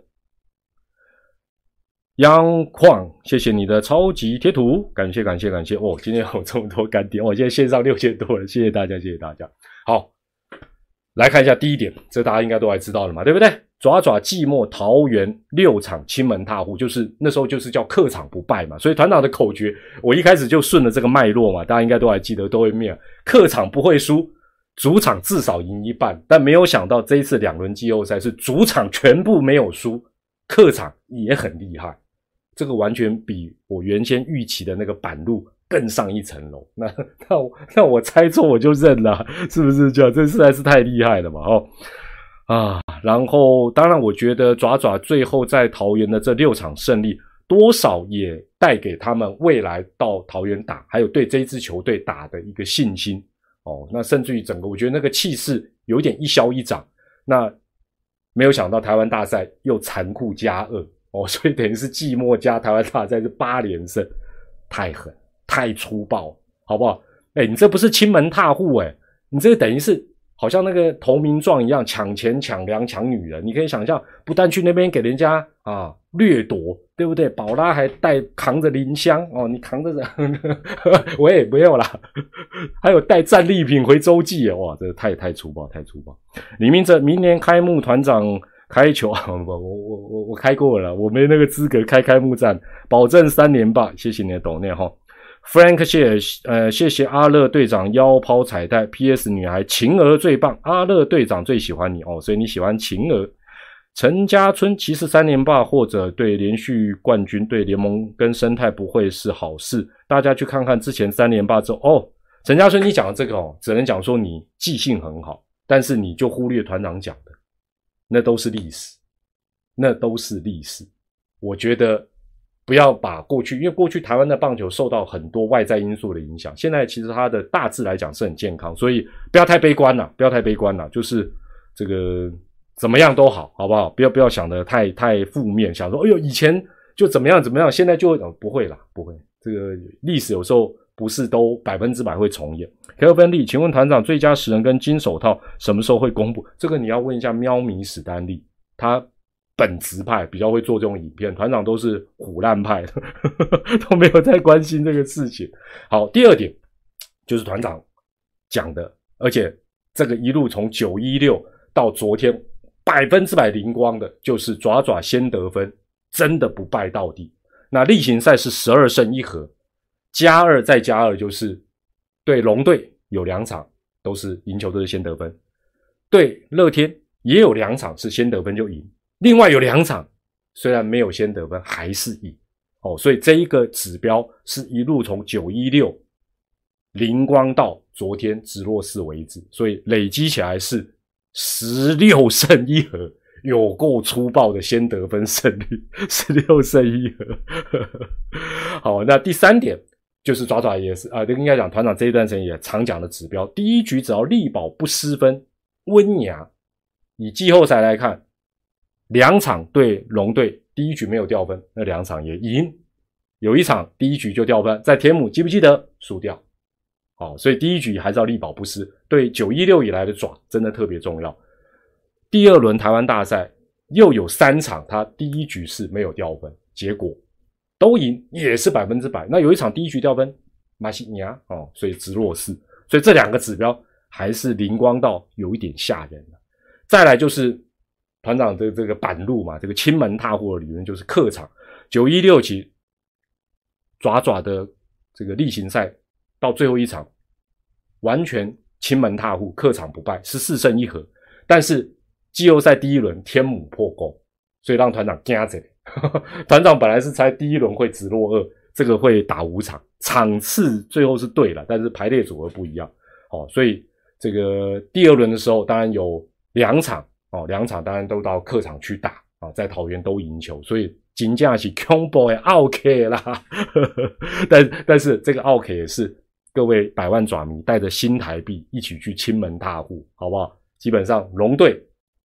央矿，谢谢你的超级贴图，感谢感谢感谢哦！今天有这么多干爹，我、哦、现在线上六千多了，谢谢大家，谢谢大家。好，来看一下第一点，这大家应该都还知道了嘛，对不对？爪爪季末桃园六场亲门踏户，就是那时候就是叫客场不败嘛，所以团长的口诀，我一开始就顺了这个脉络嘛，大家应该都还记得，都会念客场不会输，主场至少赢一半，但没有想到这一次两轮季后赛是主场全部没有输，客场也很厉害。这个完全比我原先预期的那个板路更上一层楼。那那我那我猜错我就认了，是不是这样？这实在是太厉害了嘛！哦啊，然后当然我觉得爪爪最后在桃园的这六场胜利，多少也带给他们未来到桃园打，还有对这一支球队打的一个信心哦。那甚至于整个我觉得那个气势有点一消一长。那没有想到台湾大赛又残酷加二。哦，所以等于是季末加台湾大赛是八连胜，太狠，太粗暴，好不好？哎，你这不是亲门踏户哎，你这个等于是好像那个投名状一样，抢钱、抢粮、抢女人。你可以想象，不但去那边给人家啊掠夺，对不对？宝拉还带扛着林香哦，你扛着喂没有啦，还有带战利品回洲际哇，这个太太粗暴，太粗暴。李明哲明年开幕团长。开球啊！我我我我我开过了，我没那个资格开开幕战，保证三连霸。谢谢你的抖内哈 ，Frank 谢呃谢谢阿乐队长腰抛彩带 ，P S 女孩晴儿最棒，阿乐队长最喜欢你哦，所以你喜欢晴儿。陈家春其实三连霸或者对连续冠军对联盟跟生态不会是好事，大家去看看之前三连霸之后哦，陈家春你讲的这个哦，只能讲说你记性很好，但是你就忽略团长讲的。那都是历史，那都是历史。我觉得不要把过去，因为过去台湾的棒球受到很多外在因素的影响，现在其实它的大致来讲是很健康，所以不要太悲观了，不要太悲观了，就是这个怎么样都好，好不好？不要不要想得太太负面，想说哎呦以前就怎么样怎么样，现在就、哦、不会啦，不会。这个历史有时候不是都百分之百会重演。K 分利，请问团长最佳十人跟金手套什么时候会公布？这个你要问一下喵迷史丹利，他本职派比较会做这种影片，团长都是唬烂派的，都没有在关心这个事情。好，第二点就是团长讲的，而且这个一路从九一六到昨天百分之百灵光的，就是爪爪先得分，真的不败到底。那例行赛是十二胜一和，加二再加二就是对龙队有两场都是赢球都是先得分，对乐天也有两场是先得分就赢，另外有两场虽然没有先得分还是赢哦，所以这一个指标是一路从九一六灵光到昨天直落四为止，所以累积起来是十六胜一和，有够粗暴的先得分胜率，十六胜一和。好，那第三点就是爪爪也是啊、呃，应该讲团长这一段时间也常讲的指标，第一局只要力保不失分，温雅。以季后赛来看，两场对龙队第一局没有掉分，那两场也赢。有一场第一局就掉分，在天母记不记得输掉？好，所以第一局还是要力保不失。对九一六以来的爪真的特别重要。第二轮台湾大赛又有三场，他第一局是没有掉分，结果都赢，也是百分之百。那有一场第一局掉分，马西尼亚哦，所以直落四，所以这两个指标还是灵光到有一点吓人了。再来就是团长的这个板路嘛，这个亲门踏户的理论就是客场九一六期爪爪的这个例行赛到最后一场，完全亲门踏户，客场不败，十四胜一和。但是季后赛第一轮天母破功，所以让团长惊着。团长本来是猜第一轮会直落二，这个会打五场，场次最后是对了，但是排列组合不一样。哦，所以这个第二轮的时候，当然有两场哦，两场当然都到客场去打啊，在桃园都赢球，所以真正是恐怖的奥 K 啦。但但是这个奥 K 也是各位百万爪迷带着新台币一起去亲门踏户，好不好？基本上龙队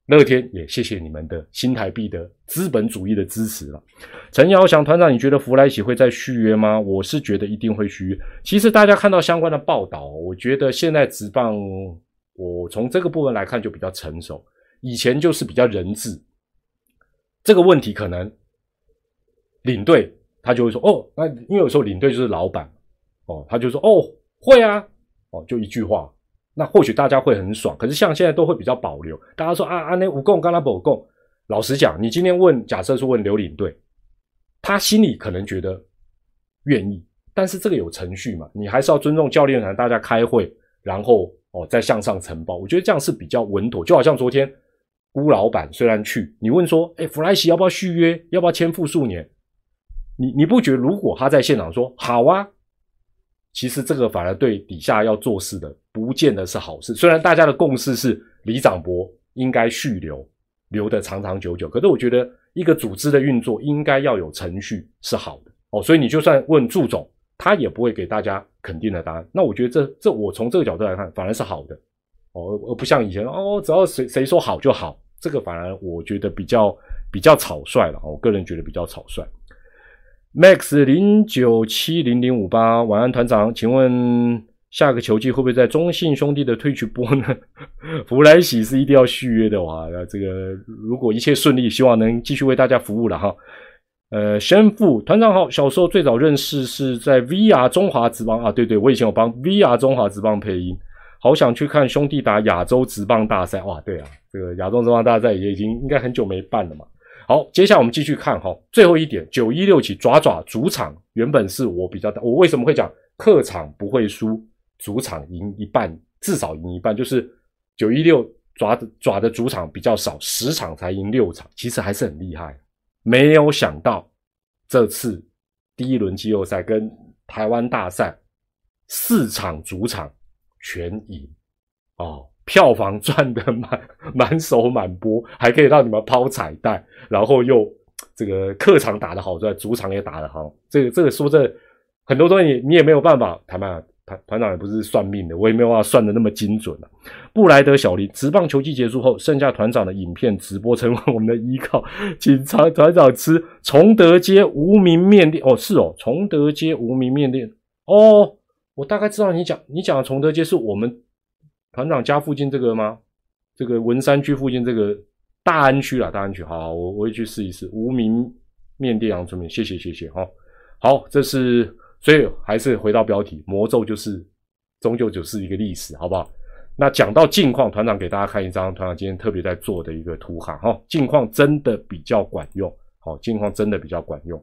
乐天也谢谢你们的新台币的资本主义的支持了。陈瑶翔团长，你觉得弗莱喜会再续约吗？我是觉得一定会续约。其实大家看到相关的报道，我觉得现在职棒，我从这个部分来看就比较成熟，以前就是比较人治。这个问题可能领队他就会说，哦，那因为有时候领队就是老板，哦，他就说，哦，会啊，哦，就一句话。那或许大家会很爽，可是像现在都会比较保留。大家说啊啊，那无共跟他不共。老实讲，你今天问，假设是问刘领队，他心里可能觉得愿意，但是这个有程序嘛，你还是要尊重教练团，大家开会，然后哦再向上呈报。我觉得这样是比较稳妥。就好像昨天辜老板虽然去，你问说，哎，弗莱西要不要续约，要不要签复数年？你你不觉得如果他在现场说好啊？其实这个反而对底下要做事的不见得是好事。虽然大家的共识是李长博应该续留，留得长长久久，可是我觉得一个组织的运作应该要有程序是好的哦。所以你就算问祝总，他也不会给大家肯定的答案。那我觉得这这我从这个角度来看，反而是好的哦，而不像以前哦，只要谁谁说好就好，这个反而我觉得比较比较草率了。我个人觉得比较草率。Max 零九七零零五八，晚安团长，请问下个球季会不会在中信兄弟的推曲播呢？弗莱喜是一定要续约的哇，这个如果一切顺利，希望能继续为大家服务了哈。呃，先父团长好，小时候最早认识是在 V R 中华职棒啊，对对，我以前有帮 V R 中华职棒配音，好想去看兄弟打亚洲职棒大赛哇，对啊，这个亚洲职棒大赛也已经应该很久没办了嘛。好，接下来我们继续看哈，最后一点，九一六起爪爪主场原本是我比较大，我为什么会讲客场不会输，主场赢一半，至少赢一半，就是九一六爪的爪的主场比较少，十场才赢六场，其实还是很厉害。没有想到这次第一轮季后赛跟台湾大赛四场主场全赢哦。票房赚得满满手满钵，还可以让你们抛彩带，然后又这个客场打得好，在主场也打得好。这个这个说这很多东西你也没有办法，坦白团团长也不是算命的，我也没有办法算得那么精准啊。布莱德小林，职棒球季结束后，剩下团长的影片直播成为我们的依靠，请团团长吃崇德街无名面店哦，是哦，崇德街无名面店哦，我大概知道你讲你讲的崇德街是我们团长家附近这个吗？这个文山区附近这个大安区啦，大安区。好，我我会去试一试。无名面店阳春面，谢谢谢谢哈。好，这是所以还是回到标题，魔咒就是终究就是一个历史，好不好？那讲到近况，团长给大家看一张团长今天特别在做的一个图卡哈，近况真的比较管用，好，近况真的比较管用。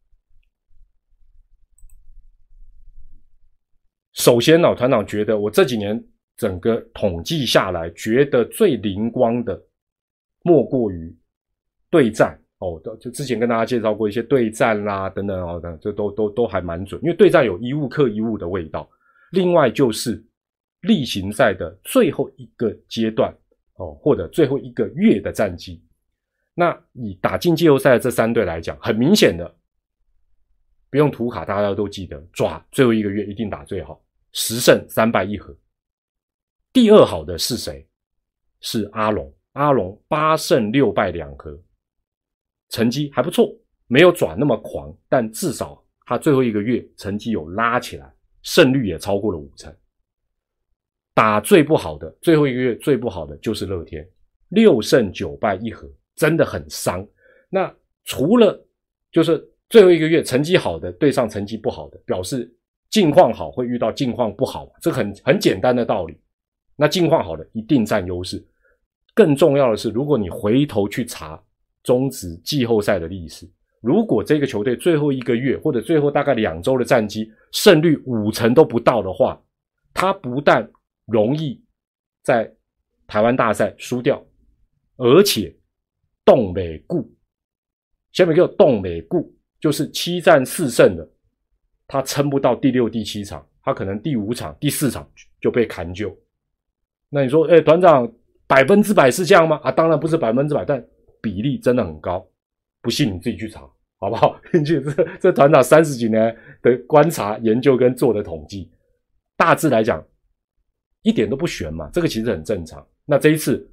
首先呢，团长觉得我这几年整个统计下来，觉得最灵光的莫过于对战哦，就之前跟大家介绍过一些对战啦等等哦，这都都都还蛮准，因为对战有一物克一物的味道。另外就是例行赛的最后一个阶段哦，或者最后一个月的战绩。那以打进季后赛的这三队来讲，很明显的，不用图卡，大家都记得，抓最后一个月一定打最好，十胜三败一和。第二好的是谁？是阿龙，阿龙八胜六败两和，成绩还不错，没有转那么狂，但至少他最后一个月成绩有拉起来，胜率也超过了五成。打最不好的，最后一个月最不好的就是乐天，六胜九败一和，真的很伤。那除了就是最后一个月成绩好的对上成绩不好的，表示近况好会遇到近况不好，这很很简单的道理。那近况好的一定占优势。更重要的是，如果你回头去查中职季后赛的历史，如果这个球队最后一个月或者最后大概两周的战绩胜率五成都不到的话，他不但容易在台湾大赛输掉，而且动美固，下面叫动美固，就是七战四胜的，他撑不到第六第七场，他可能第五场第四场就被砍就。那你说诶团长百分之百是这样吗？啊，当然不是百分之百，但比例真的很高，不信你自己去查好不好？这这团长三十几年的观察研究跟做的统计，大致来讲一点都不悬嘛，这个其实很正常。那这一次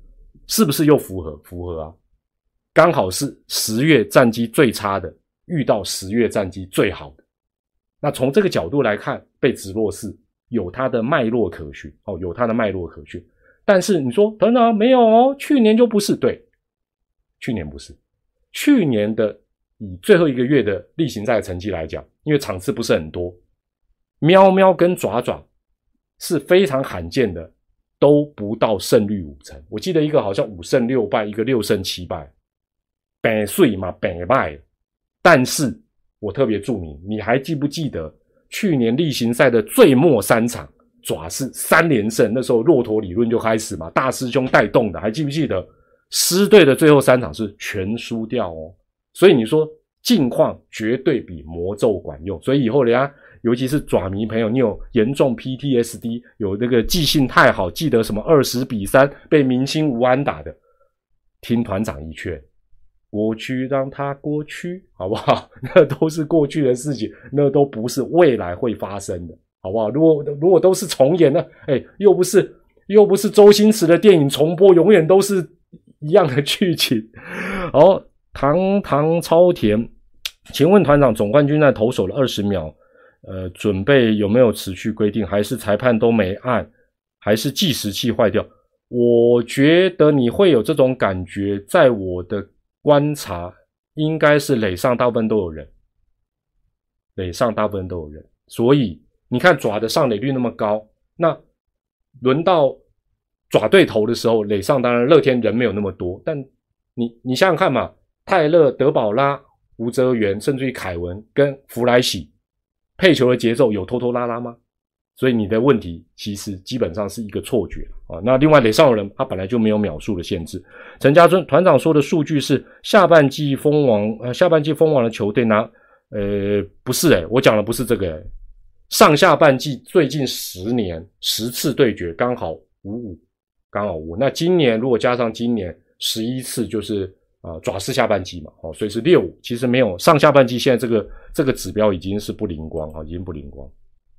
是不是又符合？符合啊，刚好是十月战绩最差的遇到十月战绩最好的。那从这个角度来看，被直落四有它的脉络可循哦，有它的脉络可循。但是你说团长没有哦，去年就不是，对，去年不是，去年的以最后一个月的例行赛成绩来讲，因为场次不是很多，喵喵跟爪爪是非常罕见的，都不到胜率五成。我记得一个好像五胜六败，一个六胜七败，白碎嘛，白败。但是我特别注明，你还记不记得去年例行赛的最末三场，爪是三连胜，那时候骆驼理论就开始嘛，大师兄带动的，还记不记得？狮队的最后三场是全输掉哦，所以你说近况绝对比魔咒管用，所以以后人家尤其是爪迷朋友，你有严重 P T S D， 有那个记性太好，记得什么二十比三被明星吴安打的，听团长一劝，过去让它过去，好不好？那都是过去的事情，那都不是未来会发生的，好不好？如果如果都是重演呢？哎，又不是又不是周星驰的电影重播，永远都是一样的剧情。好，堂堂超甜，请问团长，总冠军战投手了二十秒，呃，准备有没有持续规定？还是裁判都没按？还是计时器坏掉？我觉得你会有这种感觉，在我的观察，应该是垒上大部分都有人，垒上大部分都有人，所以你看爪的上垒率那么高，那轮到爪对头的时候，垒上当然乐天人没有那么多，但你你想想看嘛，泰勒、德保拉、吴哲源，甚至于凯文跟弗莱喜配球的节奏有拖拖拉拉吗？所以你的问题其实基本上是一个错觉啊。那另外垒上的人他本来就没有秒数的限制。陈家尊团长说的数据是下半季封王呃下半季封王的球队拿呃不是诶、欸、我讲的不是这个诶、欸、上下半季最近十年十次对决刚好五五刚好五五，那今年如果加上今年十一次就是呃爪式下半季嘛，哦，所以是六五，其实没有上下半季，现在这个这个指标已经是不灵光啊，已经不灵光。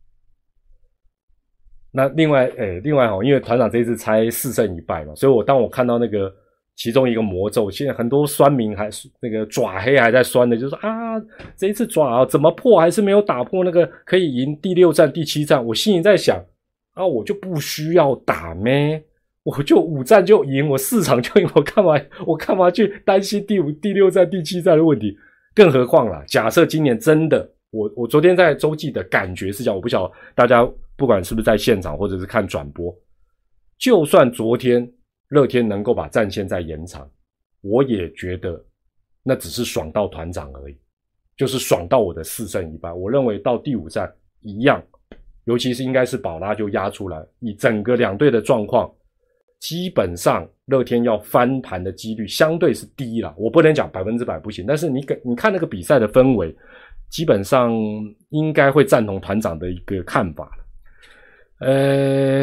那另外诶另外齁，因为团长这一次猜四胜一败嘛，所以我当我看到那个其中一个魔咒，现在很多酸民还那个爪黑还在酸的，就是说啊这一次爪啊怎么破还是没有打破那个可以赢第六战第七战。我心里在想啊，我就不需要打咩，我就五战就赢，我四场就赢，我干嘛我干嘛去担心第五第六战第七战的问题？更何况啦，假设今年真的我我昨天在周记的感觉是这样，我不晓得大家不管是不是在现场或者是看转播，就算昨天乐天能够把战线再延长，我也觉得那只是爽到团长而已，就是爽到我的四胜一败。我认为到第五战一样，尤其是应该是宝拉就压出来，以整个两队的状况，基本上乐天要翻盘的几率相对是低啦，我不能讲百分之百不行，但是你你看那个比赛的氛围，基本上应该会赞同团长的一个看法了。呃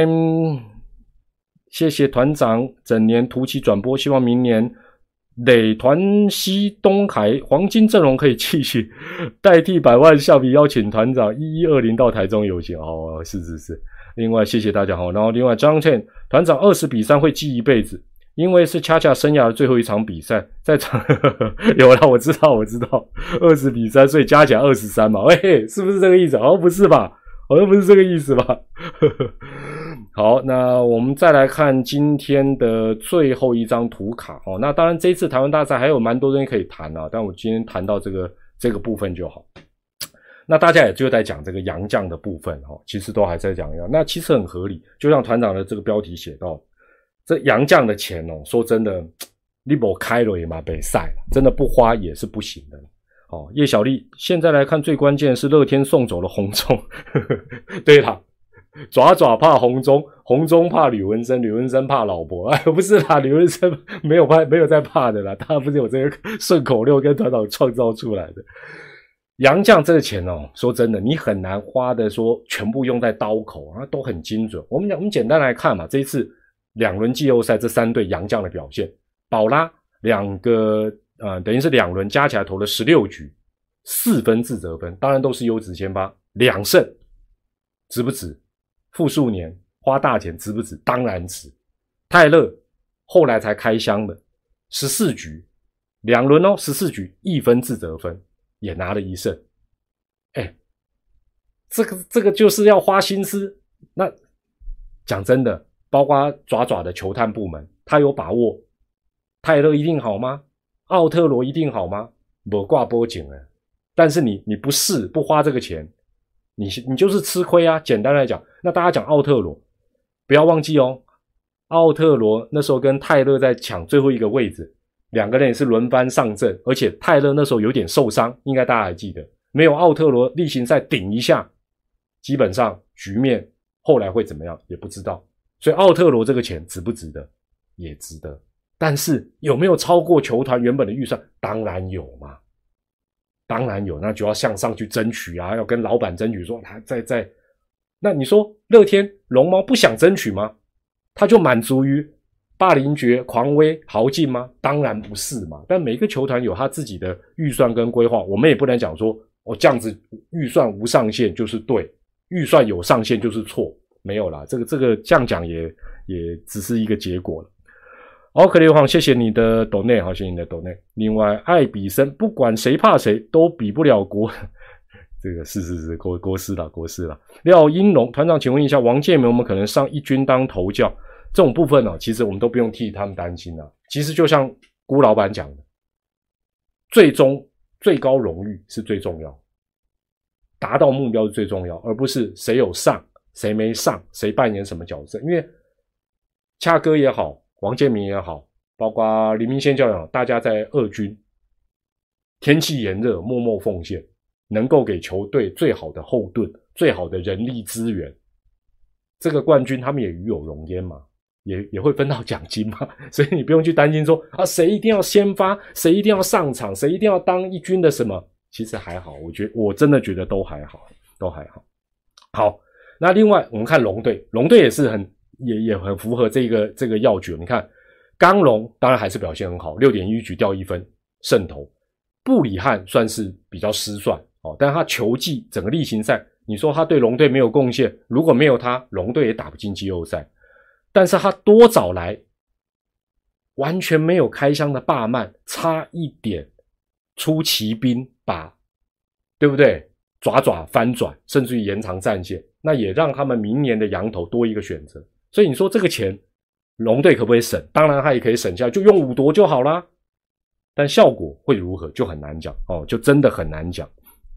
Sam 谢谢团长整年突起转播，希望明年垒团西东海黄金阵容可以继续代替百万笑比邀请团长一一二零到台中游行。哦，是是是。另外谢谢大家齁，然后另外张倩团长二十比三会记一辈子，因为是恰恰生涯的最后一场比赛，在场有啦，我知道我知道二十比三，所以加起来二十三嘛，喂，是不是这个意思？好像不是吧？好像不是这个意思吧？好，那我们再来看今天的最后一张图卡哦。那当然这一次台湾大赛还有蛮多东西可以谈啊，但我今天谈到这个这个部分就好。那大家也就在讲这个洋将的部分哦，其实都还在讲洋，那其实很合理，就像团长的这个标题写到，这洋将的钱哦，说真的，你不开了也嘛被晒，真的不花也是不行的。哦，叶小丽，现在来看最关键是乐天送走了洪忠，对啦，爪爪怕洪忠，洪忠怕吕文生，吕文生怕老婆，哎，不是啦，吕文生没有怕，没有在怕的啦，他不是有这个顺口溜跟团长创造出来的。洋将这个钱哦，说真的，你很难花的说全部用在刀口啊，都很精准。我们讲，我们简单来看嘛，这一次两轮季后赛这三队洋将的表现，宝拉两个。呃，等于是两轮加起来投了十六局，四分自责分，当然都是优质先发，两胜，值不值？复数年花大钱值不值？当然值。泰勒后来才开箱的，十四局两轮哦，十四局一分自责分也拿了一胜。哎，这个这个就是要花心思。那讲真的，包括爪爪的球探部门，他有把握泰勒一定好吗？奥特罗一定好吗？没挂波景了。但是你你不试不花这个钱，你你就是吃亏啊。简单来讲，那大家讲奥特罗，不要忘记哦，奥特罗那时候跟泰勒在抢最后一个位置，两个人也是轮番上阵，而且泰勒那时候有点受伤，应该大家还记得，没有奥特罗例行赛顶一下，基本上局面后来会怎么样也不知道。所以奥特罗这个钱值不值得？也值得。但是有没有超过球团原本的预算？当然有嘛，当然有，那就要向上去争取啊，要跟老板争取说他在在。那你说乐天龙猫不想争取吗？他就满足于霸凌爵、狂威、豪进吗？当然不是嘛。但每个球团有他自己的预算跟规划，我们也不能讲说哦这样子预算无上限就是对，预算有上限就是错，没有啦，这个这个这样讲也也只是一个结果了。好，可怜黄，谢谢你的 donate， 好，谢谢你的 donate。另外，艾比森不管谁怕谁都比不了国，这个是是是国国师啦，国师啦。廖英龙团长，请问一下，王建民我们可能上一军当头教，这种部分呢、哦，其实我们都不用替他们担心啊。其实就像辜老板讲的，最终最高荣誉是最重要，达到目标是最重要，而不是谁有上谁没上，谁扮演什么角色。因为恰哥也好，王建民也好，包括黎明宪教养，大家在二军天气炎热默默奉献，能够给球队最好的后盾，最好的人力资源，这个冠军他们也与有荣焉嘛，也也会分到奖金嘛，所以你不用去担心说啊谁一定要先发，谁一定要上场，谁一定要当一军的什么，其实还好，我觉得我真的觉得都还好，都还好。好，那另外我们看龙队，龙队也是很也也很符合这个这个要诀。你看刚龙当然还是表现很好， 六点一局掉一分胜投。布里汉算是比较失算哦，但他球技整个例行赛，你说他对龙队没有贡献，如果没有他，龙队也打不进季后赛。但是他多找来完全没有开箱的霸曼，差一点出奇兵把，对不对？爪爪翻转，甚至于延长战线，那也让他们明年的洋头多一个选择。所以你说这个钱龙队可不可以省？当然他也可以省下，就用五夺就好啦。但效果会如何就很难讲哦，就真的很难讲。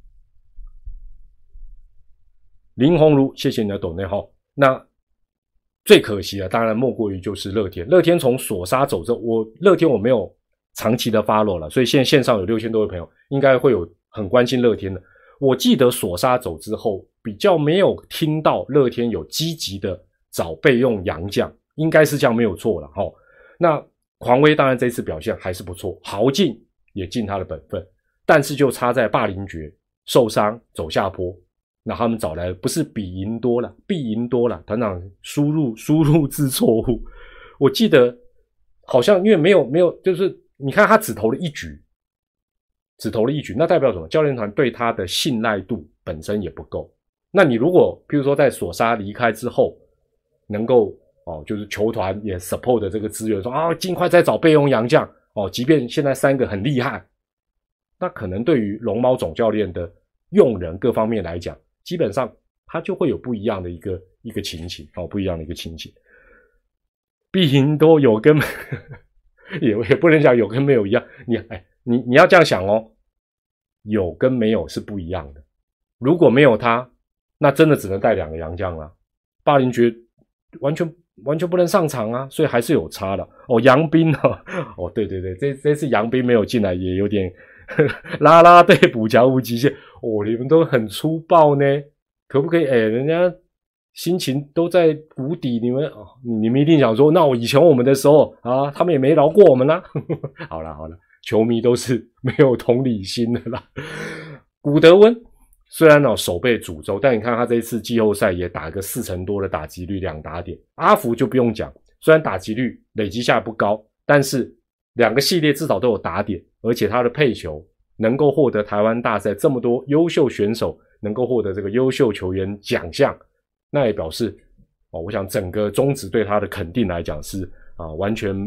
林鸿儒，谢谢你的抖内哈。那最可惜的，当然莫过于就是乐天。乐天从索沙走之后，我乐天我没有长期的 follow 了，所以现在线上有六千多位朋友，应该会有很关心乐天的。我记得索沙走之后，比较没有听到乐天有积极的找备用洋将，应该是这样没有错了哈。那狂威当然这次表现还是不错，豪进也尽他的本分，但是就差在霸凌爵受伤走下坡，那他们找来不是比赢多了，必赢多了，团长输入输入字错误，我记得好像因为没有没有，就是你看他只投了一局，只投了一局，那代表什么？教练团对他的信赖度本身也不够。那你如果譬如说在索沙离开之后，能够哦，就是球团也 support 的这个资源，说啊，尽快再找备用洋将哦，即便现在三个很厉害，那可能对于龙猫总教练的用人各方面来讲，基本上他就会有不一样的一个一个情形哦，不一样的一个情形。必赢多有跟也也不能讲有跟没有一样，你哎，你你要这样想哦，有跟没有是不一样的。如果没有他，那真的只能带两个洋将啦，霸凌爵完全完全不能上场啊，所以还是有差的哦。杨斌哦，哦对对对，这这次杨斌没有进来也有点呵呵啦啦队补强无极限哦，你们都很粗暴呢，可不可以？哎，人家心情都在谷底，你们哦，你们一定想说，那我以前我们的时候啊，他们也没饶过我们啦。好啦好啦，球迷都是没有同理心的啦。古德温虽然哦手被诅咒，但你看他这一次季后赛也打个四成多的打击率，两打点。阿福就不用讲，虽然打击率累积下来不高，但是两个系列至少都有打点，而且他的配球能够获得台湾大赛这么多优秀选手能够获得这个优秀球员奖项，那也表示哦，我想整个中职对他的肯定来讲是啊完全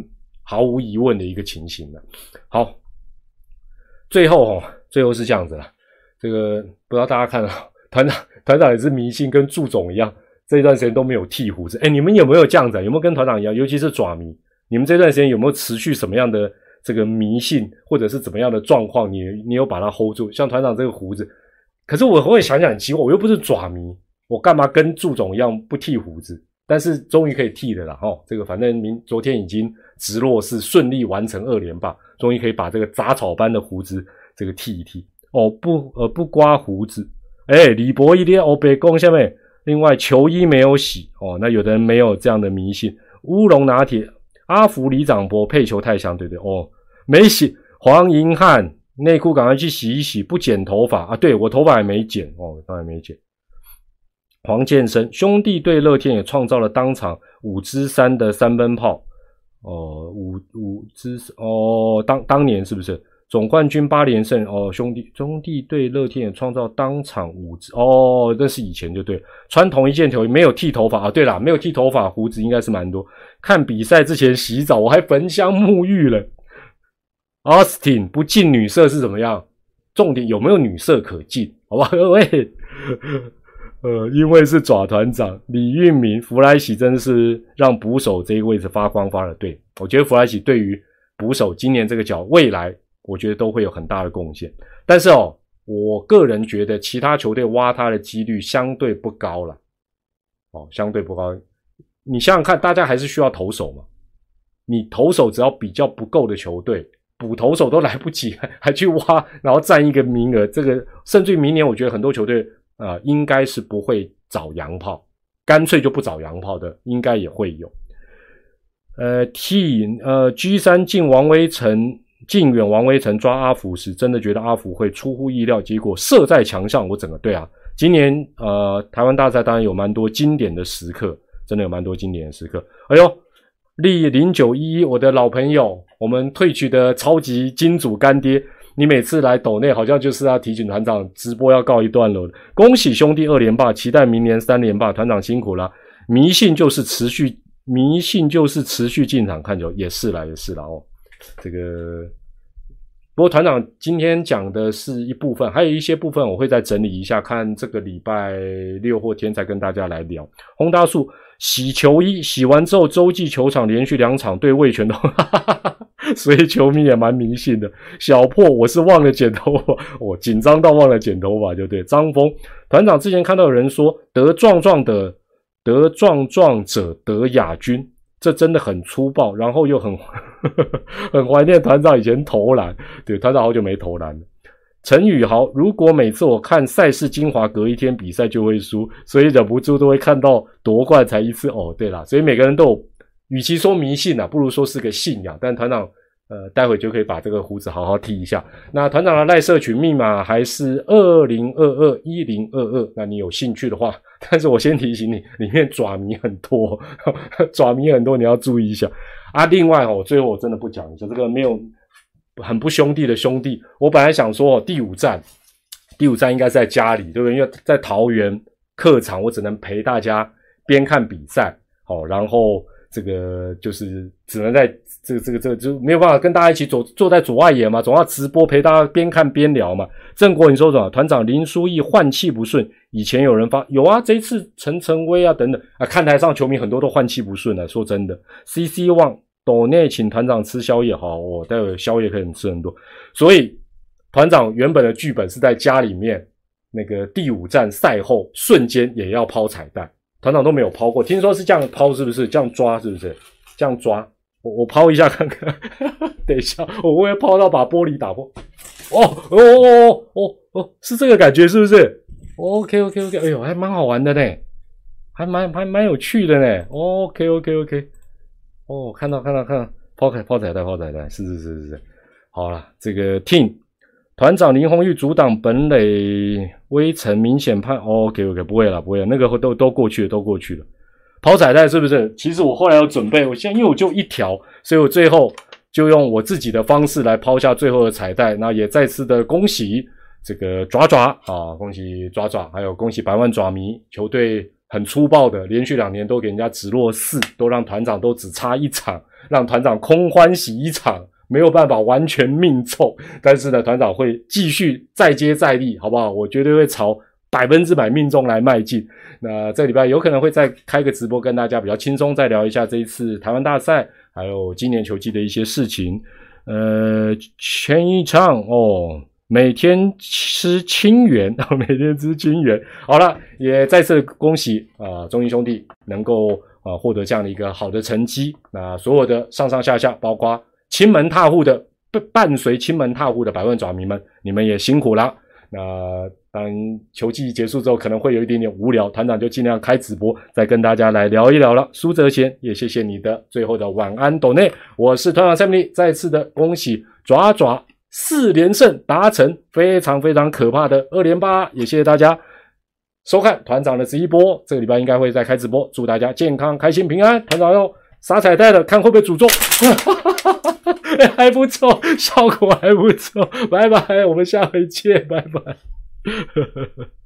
毫无疑问的一个情形了。好，最后哦，最后是这样子了，这个不知道大家看到团长团长也是迷信，跟祝总一样，这一段时间都没有剃胡子。诶，你们有没有这样子、啊？有没有跟团长一样？尤其是爪迷，你们这段时间有没有持续什么样的这个迷信，或者是怎么样的状况？你你有把它 hold 住？像团长这个胡子，可是我会想想很奇怪，我又不是爪迷，我干嘛跟祝总一样不剃胡子？但是终于可以剃了啦，哦，这个反正明昨天已经直落是顺利完成二连霸，终于可以把这个杂草般的胡子这个剃一剃。哦，不呃不刮胡子，诶李博一列欧北宫下面，另外球衣没有洗哦，那有的人没有这样的迷信。乌龙拿铁，阿福里长博配球太香，对对哦，没洗。黄银汉内裤赶快去洗一洗，不剪头发啊，对我头发还没剪哦，当然没剪。黄健生兄弟对乐天也创造了当场五支三的三分炮，哦，五五支哦，当当年是不是总冠军八连胜？哦，兄弟兄弟对乐天也创造当场五支哦，那是以前就对了，穿同一件球衣，没有剃头发啊。对啦，没有剃头发，胡子应该是蛮多。看比赛之前洗澡，我还焚香沐浴了。Austin 不近女色是怎么样？重点有没有女色可进？好吧，各位。呃，因为是爪团长李运明，弗莱喜真是让捕手这一个位置发光发了。对，我觉得弗莱喜对于捕手今年这个角未来，我觉得都会有很大的贡献。但是哦，我个人觉得其他球队挖他的几率相对不高了。哦，相对不高。你想想看，大家还是需要投手嘛。你投手只要比较不够的球队，补投手都来不及，还去挖，然后占一个名额，这个甚至于明年我觉得很多球队。呃，应该是不会找洋炮，干脆就不找洋炮的，应该也会有。呃 ，T 呃 G 三 进王威成，近远王威成抓阿福时，真的觉得阿福会出乎意料，结果射在墙上。我整个对啊，今年呃台湾大赛当然有蛮多经典的时刻，真的有蛮多经典的时刻。哎呦，力零九一一，我的老朋友，我们退去的超级金主干爹。你每次来斗内好像就是要提醒团长直播要告一段落了。恭喜兄弟二连霸，期待明年三连霸，团长辛苦了。迷信就是持续，迷信就是持续进场看球，也是啦，也是啦哦。这个，不过团长今天讲的是一部分，还有一些部分我会再整理一下，看这个礼拜六或天再跟大家来聊。洪大树洗球衣，洗完之后洲际球场连续两场对味全都哈哈哈哈，所以球迷也蛮迷信的。小破我是忘了剪头发，我紧张到忘了剪头发就对。张峰团长之前看到有人说得壮壮的得壮壮者得亚军，这真的很粗暴，然后又很呵呵很怀念团长以前投篮，对，团长好久没投篮了。陈宇豪，如果每次我看赛事精华隔一天比赛就会输，所以忍不住都会看到夺冠才一次。哦，对啦，所以每个人都有，与其说迷信啊，不如说是个信仰。但团长呃，待会就可以把这个胡子好好剃一下。那团长的赖社群密码还是二零二二一零二二，那你有兴趣的话，但是我先提醒你，里面爪迷很多，爪迷很多，你要注意一下啊。另外哦，最后我真的不讲一下这个没有。很不兄弟的兄弟，我本来想说、哦、第五站，第五站应该是在家里，对不对？因为在桃园客场，我只能陪大家边看比赛，好、哦，然后这个就是只能在这个这个这个就没有办法跟大家一起坐坐在左外野嘛，总要直播陪大家边看边聊嘛。郑国，你说什么？团长林书义换气不顺，以前有人发有啊，这一次陈晨威啊等等啊，看台上球迷很多都换气不顺了，说真的 ，C C 旺。斗内请团长吃宵夜，好，我待会宵夜可以吃很多。所以团长原本的剧本是在家里面，那个第五站赛后瞬间也要抛彩蛋，团长都没有抛过，听说是这样抛，是不是？这样抓是不是？这样抓，我我抛一下看看。等一下，我会抛到把玻璃打破。哦哦哦哦哦，是这个感觉是不是 ？OK OK OK， 哎呦，还蛮好玩的呢，还蛮还蛮有趣的呢。OK OK OK。哦，看到看到看到，抛开抛彩带抛彩带，是是是是是，好了，这个 team 团长林红玉阻挡本垒微尘明显判、哦、，OK OK， 不会了不会了，那个都都过去了都过去了，抛彩带是不是？其实我后来有准备，我现在因为我就一条，所以我最后就用我自己的方式来抛下最后的彩带，那也再次的恭喜这个爪爪啊，恭喜爪爪，还有恭喜百万爪迷球队。很粗暴的，连续两年都给人家直落四，都让团长都只差一场， 让团长空欢喜一场，没有办法完全命中，但是呢，团长会继续再接再厉，好不好？我绝对会朝百分之百命中来迈进。那这礼拜有可能会再开个直播，跟大家比较轻松再聊一下这一次台湾大赛，还有今年球季的一些事情。呃，前一场哦。每天吃清源，每天吃清源。好了，也再次恭喜啊、呃，中英兄弟能够啊、呃、获得这样的一个好的成绩。那所有的上上下下，包括亲门踏户的伴随亲门踏户的百万爪迷们，你们也辛苦了。那当然，球季结束之后可能会有一点点无聊，团长就尽量开直播，再跟大家来聊一聊了。苏哲贤，也谢谢你的最后的晚安斗内，我是团长 Sammy， 再次的恭喜爪爪。四连胜达成非常非常可怕的二连八，也谢谢大家收看团长的直播，这个礼拜应该会再开直播，祝大家健康开心平安。团长要撒彩带了，看会不会诅咒还不错，效果还不错，拜拜，我们下回见，拜拜